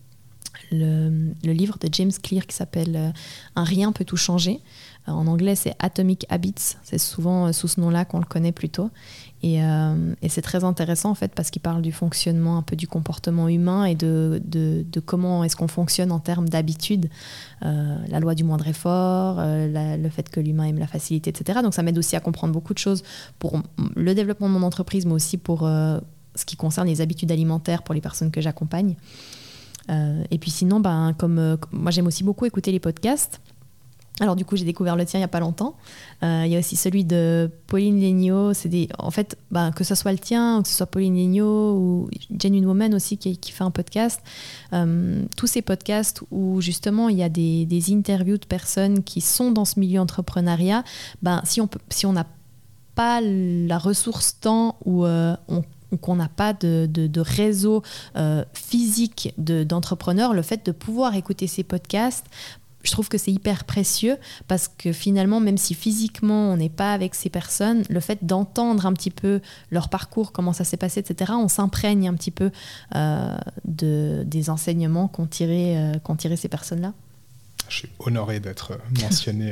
Le, le livre de James Clear qui s'appelle euh, Un rien peut tout changer. Euh, en anglais, c'est Atomic Habits. C'est souvent euh, sous ce nom-là qu'on le connaît plutôt. Et, euh, et c'est très intéressant en fait parce qu'il parle du fonctionnement, un peu du comportement humain et de, de, de comment est-ce qu'on fonctionne en termes d'habitude. Euh, la loi du moindre effort, euh, la, le fait que l'humain aime la facilité, et cetera. Donc ça m'aide aussi à comprendre beaucoup de choses pour le développement de mon entreprise, mais aussi pour euh, ce qui concerne les habitudes alimentaires pour les personnes que j'accompagne. Euh, et puis sinon, ben, comme, euh, moi j'aime aussi beaucoup écouter les podcasts. Alors du coup, j'ai découvert le tien il n'y a pas longtemps. Euh, il y a aussi celui de Pauline Léniaud. C'est des, en fait, ben, que ce soit le tien, ou que ce soit Pauline Léniaud ou Genuine Woman aussi qui, qui fait un podcast. Euh, tous ces podcasts où justement il y a des, des interviews de personnes qui sont dans ce milieu entrepreneuriat, ben, si on peut, si on n'a pas la ressource temps où euh, on ou qu'on n'a pas de, de, de réseau euh, physique de, d'entrepreneurs, le fait de pouvoir écouter ces podcasts, je trouve que c'est hyper précieux parce que finalement, même si physiquement on n'est pas avec ces personnes, le fait d'entendre un petit peu leur parcours, comment ça s'est passé, et cetera, on s'imprègne un petit peu euh, de, des enseignements qu'ont tiré, euh, qu'ont tiré ces personnes-là. Je suis honoré d'être mentionné à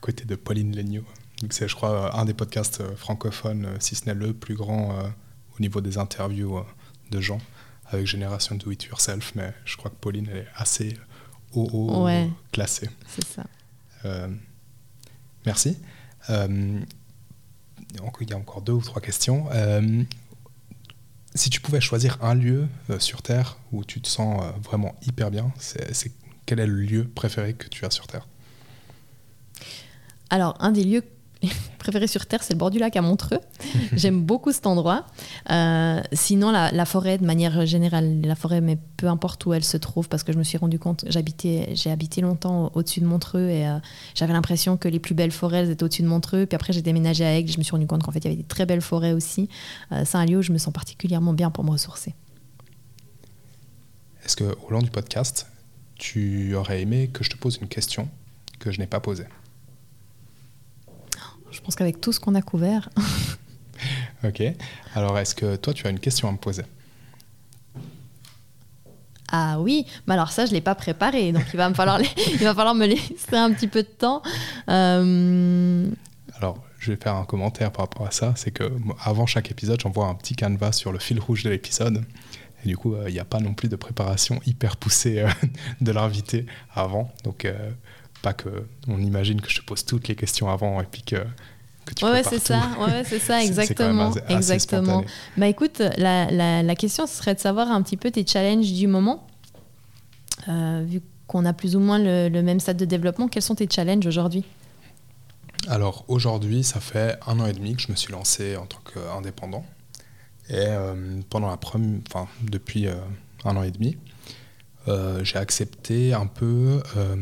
côté de Pauline Léniaud. Donc c'est, je crois, un des podcasts francophones, si ce n'est le plus grand euh, au niveau des interviews euh, de gens avec Génération Do It Yourself. Mais je crois que Pauline, elle est assez haut, haut ouais, classée. C'est ça. Euh, merci. Euh, il y a encore deux ou trois questions. Euh, si tu pouvais choisir un lieu euh, sur Terre où tu te sens euh, vraiment hyper bien, c'est, c'est, quel est le lieu préféré que tu as sur Terre ? Alors, un des lieux préférés sur Terre, c'est le bord du lac à Montreux. J'aime beaucoup cet endroit. Euh, sinon, la, la forêt, de manière générale, la forêt, mais peu importe où elle se trouve, parce que je me suis rendu compte, j'habitais, j'ai habité longtemps au-dessus de Montreux et euh, j'avais l'impression que les plus belles forêts elles étaient au-dessus de Montreux. Puis après, j'ai déménagé à Aigle, je me suis rendu compte qu'en fait, il y avait des très belles forêts aussi. Euh, c'est un lieu où je me sens particulièrement bien pour me ressourcer. Est-ce qu'au long du podcast, tu aurais aimé que je te pose une question que je n'ai pas posée ? Je pense qu'avec tout ce qu'on a couvert... Ok. Alors, est-ce que toi, tu as une question à me poser ? Ah oui, bah alors ça, je ne l'ai pas préparé, donc il va, me falloir, il va falloir me laisser un petit peu de temps. Euh... Alors, je vais faire un commentaire par rapport à ça. C'est qu'avant chaque épisode, j'envoie un petit canevas sur le fil rouge de l'épisode. Et du coup, il euh, n'y a pas non plus de préparation hyper poussée euh, de l'invité avant. Donc, euh, pas qu'on imagine que je te pose toutes les questions avant et puis que... Que tu ouais, c'est ça, ouais, c'est ça, exactement. c'est, c'est quand même assez, exactement. assez bah écoute, la, la, la question, ce serait de savoir un petit peu tes challenges du moment. Euh, vu qu'on a plus ou moins le, le même stade de développement, quels sont tes challenges aujourd'hui ? Alors aujourd'hui, ça fait un an et demi que je me suis lancé en tant qu'indépendant. Et euh, pendant la première, enfin depuis euh, un an et demi, euh, j'ai accepté un peu euh,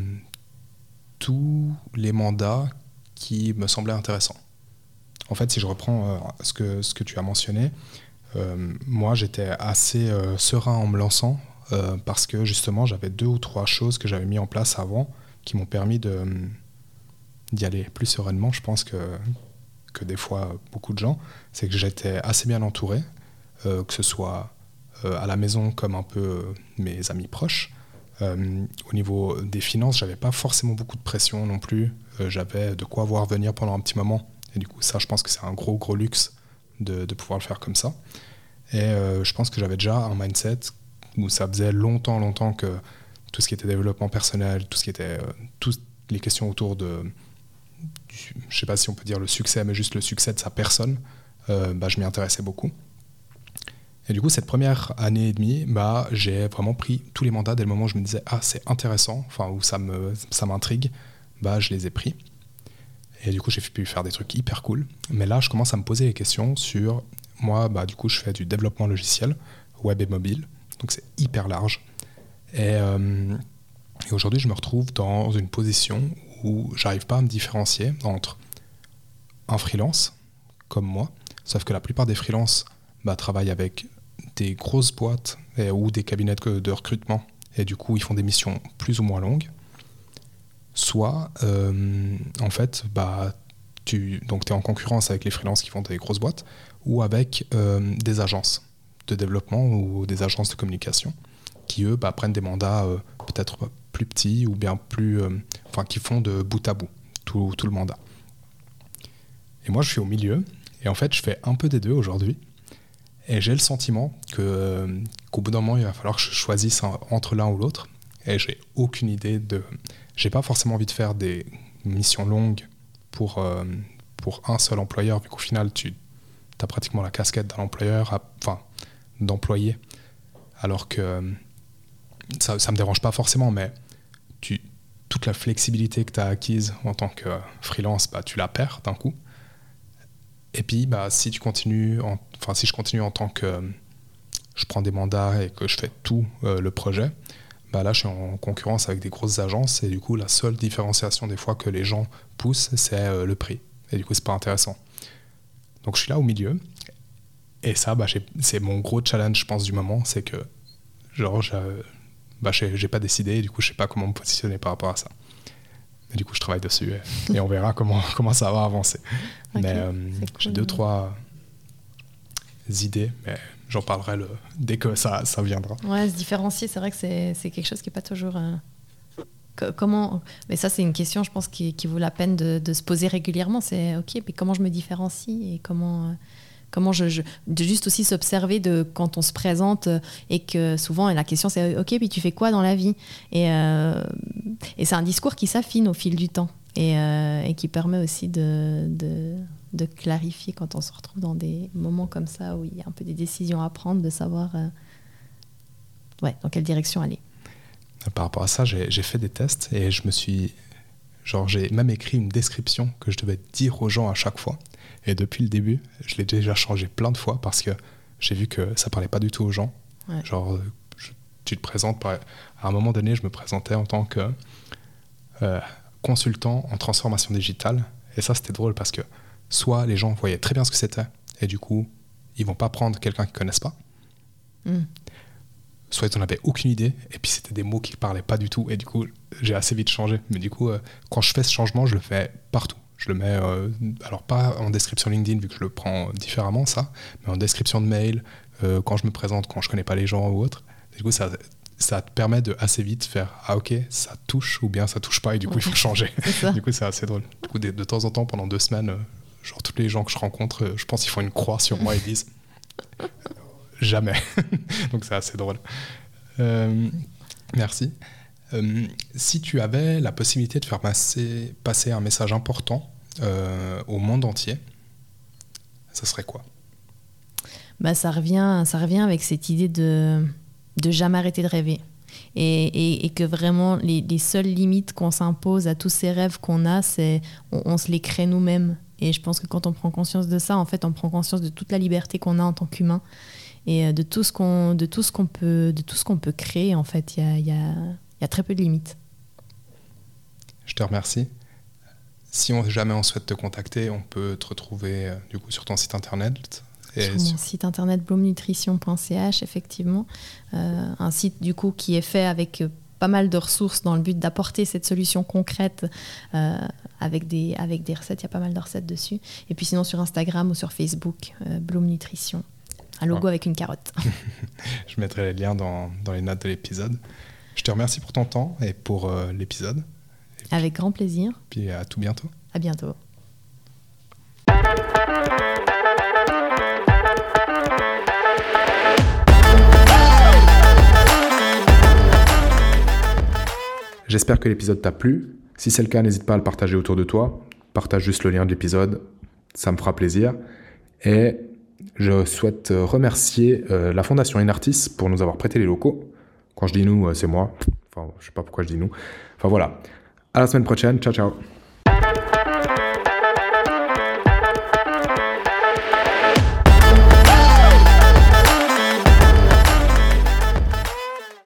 tous les mandats qui me semblaient intéressants. En fait, si je reprends euh, ce, que, ce que tu as mentionné, euh, moi j'étais assez euh, serein en me lançant euh, parce que justement j'avais deux ou trois choses que j'avais mis en place avant qui m'ont permis de, d'y aller plus sereinement, je pense, que, que des fois beaucoup de gens. C'est que j'étais assez bien entouré, euh, que ce soit euh, à la maison comme un peu euh, mes amis proches. Euh, au niveau des finances, j'avais pas forcément beaucoup de pression non plus. Euh, j'avais de quoi voir venir pendant un petit moment. Et du coup, ça, je pense que c'est un gros, gros luxe de, de pouvoir le faire comme ça. Et euh, je pense que j'avais déjà un mindset où ça faisait longtemps, longtemps que tout ce qui était développement personnel, tout ce qui était... Euh, toutes les questions autour de... Du, je sais pas si on peut dire le succès, mais juste le succès de sa personne, euh, bah, je m'y intéressais beaucoup. Et du coup, cette première année et demie, bah, j'ai vraiment pris tous les mandats dès le moment où je me disais « Ah, c'est intéressant », enfin, où ça, me, ça m'intrigue, bah, je les ai pris. Et du coup, j'ai pu faire des trucs hyper cool. Mais là, je commence à me poser des questions sur... Moi, bah, du coup, je fais du développement logiciel, web et mobile. Donc, c'est hyper large. Et, euh, et aujourd'hui, je me retrouve dans une position où j'arrive pas à me différencier entre un freelance, comme moi, sauf que la plupart des freelances bah, travaillent avec des grosses boîtes et, ou des cabinets de, de recrutement. Et du coup, ils font des missions plus ou moins longues. Soit, euh, en fait, bah, tu es en concurrence avec les freelances qui font des grosses boîtes ou avec euh, des agences de développement ou des agences de communication qui, eux, bah, prennent des mandats euh, peut-être plus petits ou bien plus... Euh, enfin, qui font de bout à bout tout, tout le mandat. Et moi, je suis au milieu et en fait, je fais un peu des deux aujourd'hui. Et j'ai le sentiment que, euh, qu'au bout d'un moment, il va falloir que je choisisse un, entre l'un ou l'autre. Et j'ai aucune idée de... J'ai pas forcément envie de faire des missions longues pour, euh, pour un seul employeur, vu qu'au final, tu as pratiquement la casquette d'un employeur, enfin, d'employé. Alors que ça ne me dérange pas forcément, mais tu, toute la flexibilité que tu as acquise en tant que freelance, bah, tu la perds d'un coup. Et puis, bah, si tu continues, en, enfin, si je continue en tant que euh, je prends des mandats et que je fais tout euh, le projet, bah là, je suis en concurrence avec des grosses agences et du coup, la seule différenciation des fois que les gens poussent, c'est euh, le prix. Et du coup, c'est pas intéressant. Donc, je suis là au milieu. Et ça, bah, j'ai, c'est mon gros challenge, je pense, du moment, c'est que genre, j'ai, bah, j'ai, j'ai pas décidé et du coup, je sais pas comment me positionner par rapport à ça. Et du coup, je travaille dessus et, et on verra comment, comment ça va avancer. Okay, mais euh, cool. J'ai deux, trois idées, mais j'en parlerai le, dès que ça, ça viendra. Ouais, se différencier, c'est vrai que c'est, c'est quelque chose qui n'est pas toujours... Euh... comment... Mais ça, c'est une question, je pense, qui, qui vaut la peine de, de se poser régulièrement. C'est, OK, mais comment je me différencie et comment... Comment je, je, de juste aussi s'observer de quand on se présente et que souvent la question c'est ok, puis tu fais quoi dans la vie, et, euh, et c'est un discours qui s'affine au fil du temps et, euh, et qui permet aussi de, de, de clarifier quand on se retrouve dans des moments comme ça où il y a un peu des décisions à prendre, de savoir euh, ouais, dans quelle direction aller. Par rapport à ça, j'ai, j'ai fait des tests et je me suis genre j'ai même écrit une description que je devais dire aux gens à chaque fois. Et depuis le début, je l'ai déjà changé plein de fois parce que j'ai vu que ça parlait pas du tout aux gens. Ouais. Genre, je, tu te présentes, par, à un moment donné, je me présentais en tant que euh, consultant en transformation digitale. Et ça, c'était drôle parce que soit les gens voyaient très bien ce que c'était et du coup, ils vont pas prendre quelqu'un qu'ils connaissent pas. Mm. Soit ils n'en avaient aucune idée et puis c'était des mots qui parlaient pas du tout et du coup, j'ai assez vite changé. Mais du coup, euh, quand je fais ce changement, je le fais partout. Je le mets, euh, alors pas en description LinkedIn vu que je le prends différemment ça, mais en description de mail, euh, quand je me présente, quand je connais pas les gens ou autre. Du coup, ça, ça te permet de assez vite faire ah ok, ça touche ou bien ça touche pas et du coup il faut changer. Du coup, c'est assez drôle. Du coup, de, de temps en temps, pendant deux semaines, euh, genre tous les gens que je rencontre, euh, je pense qu'ils font une croix sur moi et disent jamais. Donc c'est assez drôle. Euh, merci. Euh, si tu avais la possibilité de faire passer, passer un message important euh, au monde entier, ça serait quoi ? Bah, ça revient, ça revient avec cette idée de, de jamais arrêter de rêver. Et, et, et que vraiment, les, les seules limites qu'on s'impose à tous ces rêves qu'on a, c'est on, on se les crée nous-mêmes. Et je pense que quand on prend conscience de ça, en fait, on prend conscience de toute la liberté qu'on a en tant qu'humain et de tout ce qu'on, de tout ce qu'on peut, de tout ce qu'on peut créer. En fait, il y a, y a, y a très peu de limites. Je te remercie. Si on, jamais on souhaite te contacter, on peut te retrouver euh, du coup sur ton site internet. Et sur mon sur... site internet bloom nutrition point c h, effectivement. Euh, un site du coup qui est fait avec euh, pas mal de ressources dans le but d'apporter cette solution concrète euh, avec, des, avec des recettes. Il y a pas mal de recettes dessus. Et puis sinon sur Instagram ou sur Facebook, euh, Bloom Nutrition. Un logo ouais. avec une carotte. Je mettrai les liens dans, dans les notes de l'épisode. Je te remercie pour ton temps et pour euh, l'épisode. Et avec puis, grand plaisir. Puis à tout bientôt. À bientôt. J'espère que l'épisode t'a plu. Si c'est le cas, n'hésite pas à le partager autour de toi. Partage juste le lien de l'épisode, ça me fera plaisir. Et je souhaite remercier euh, la Fondation Inartis pour nous avoir prêté les locaux. Quand je dis nous, euh, c'est moi. Enfin, je sais pas pourquoi je dis nous. Enfin voilà. À la semaine prochaine. Ciao, ciao.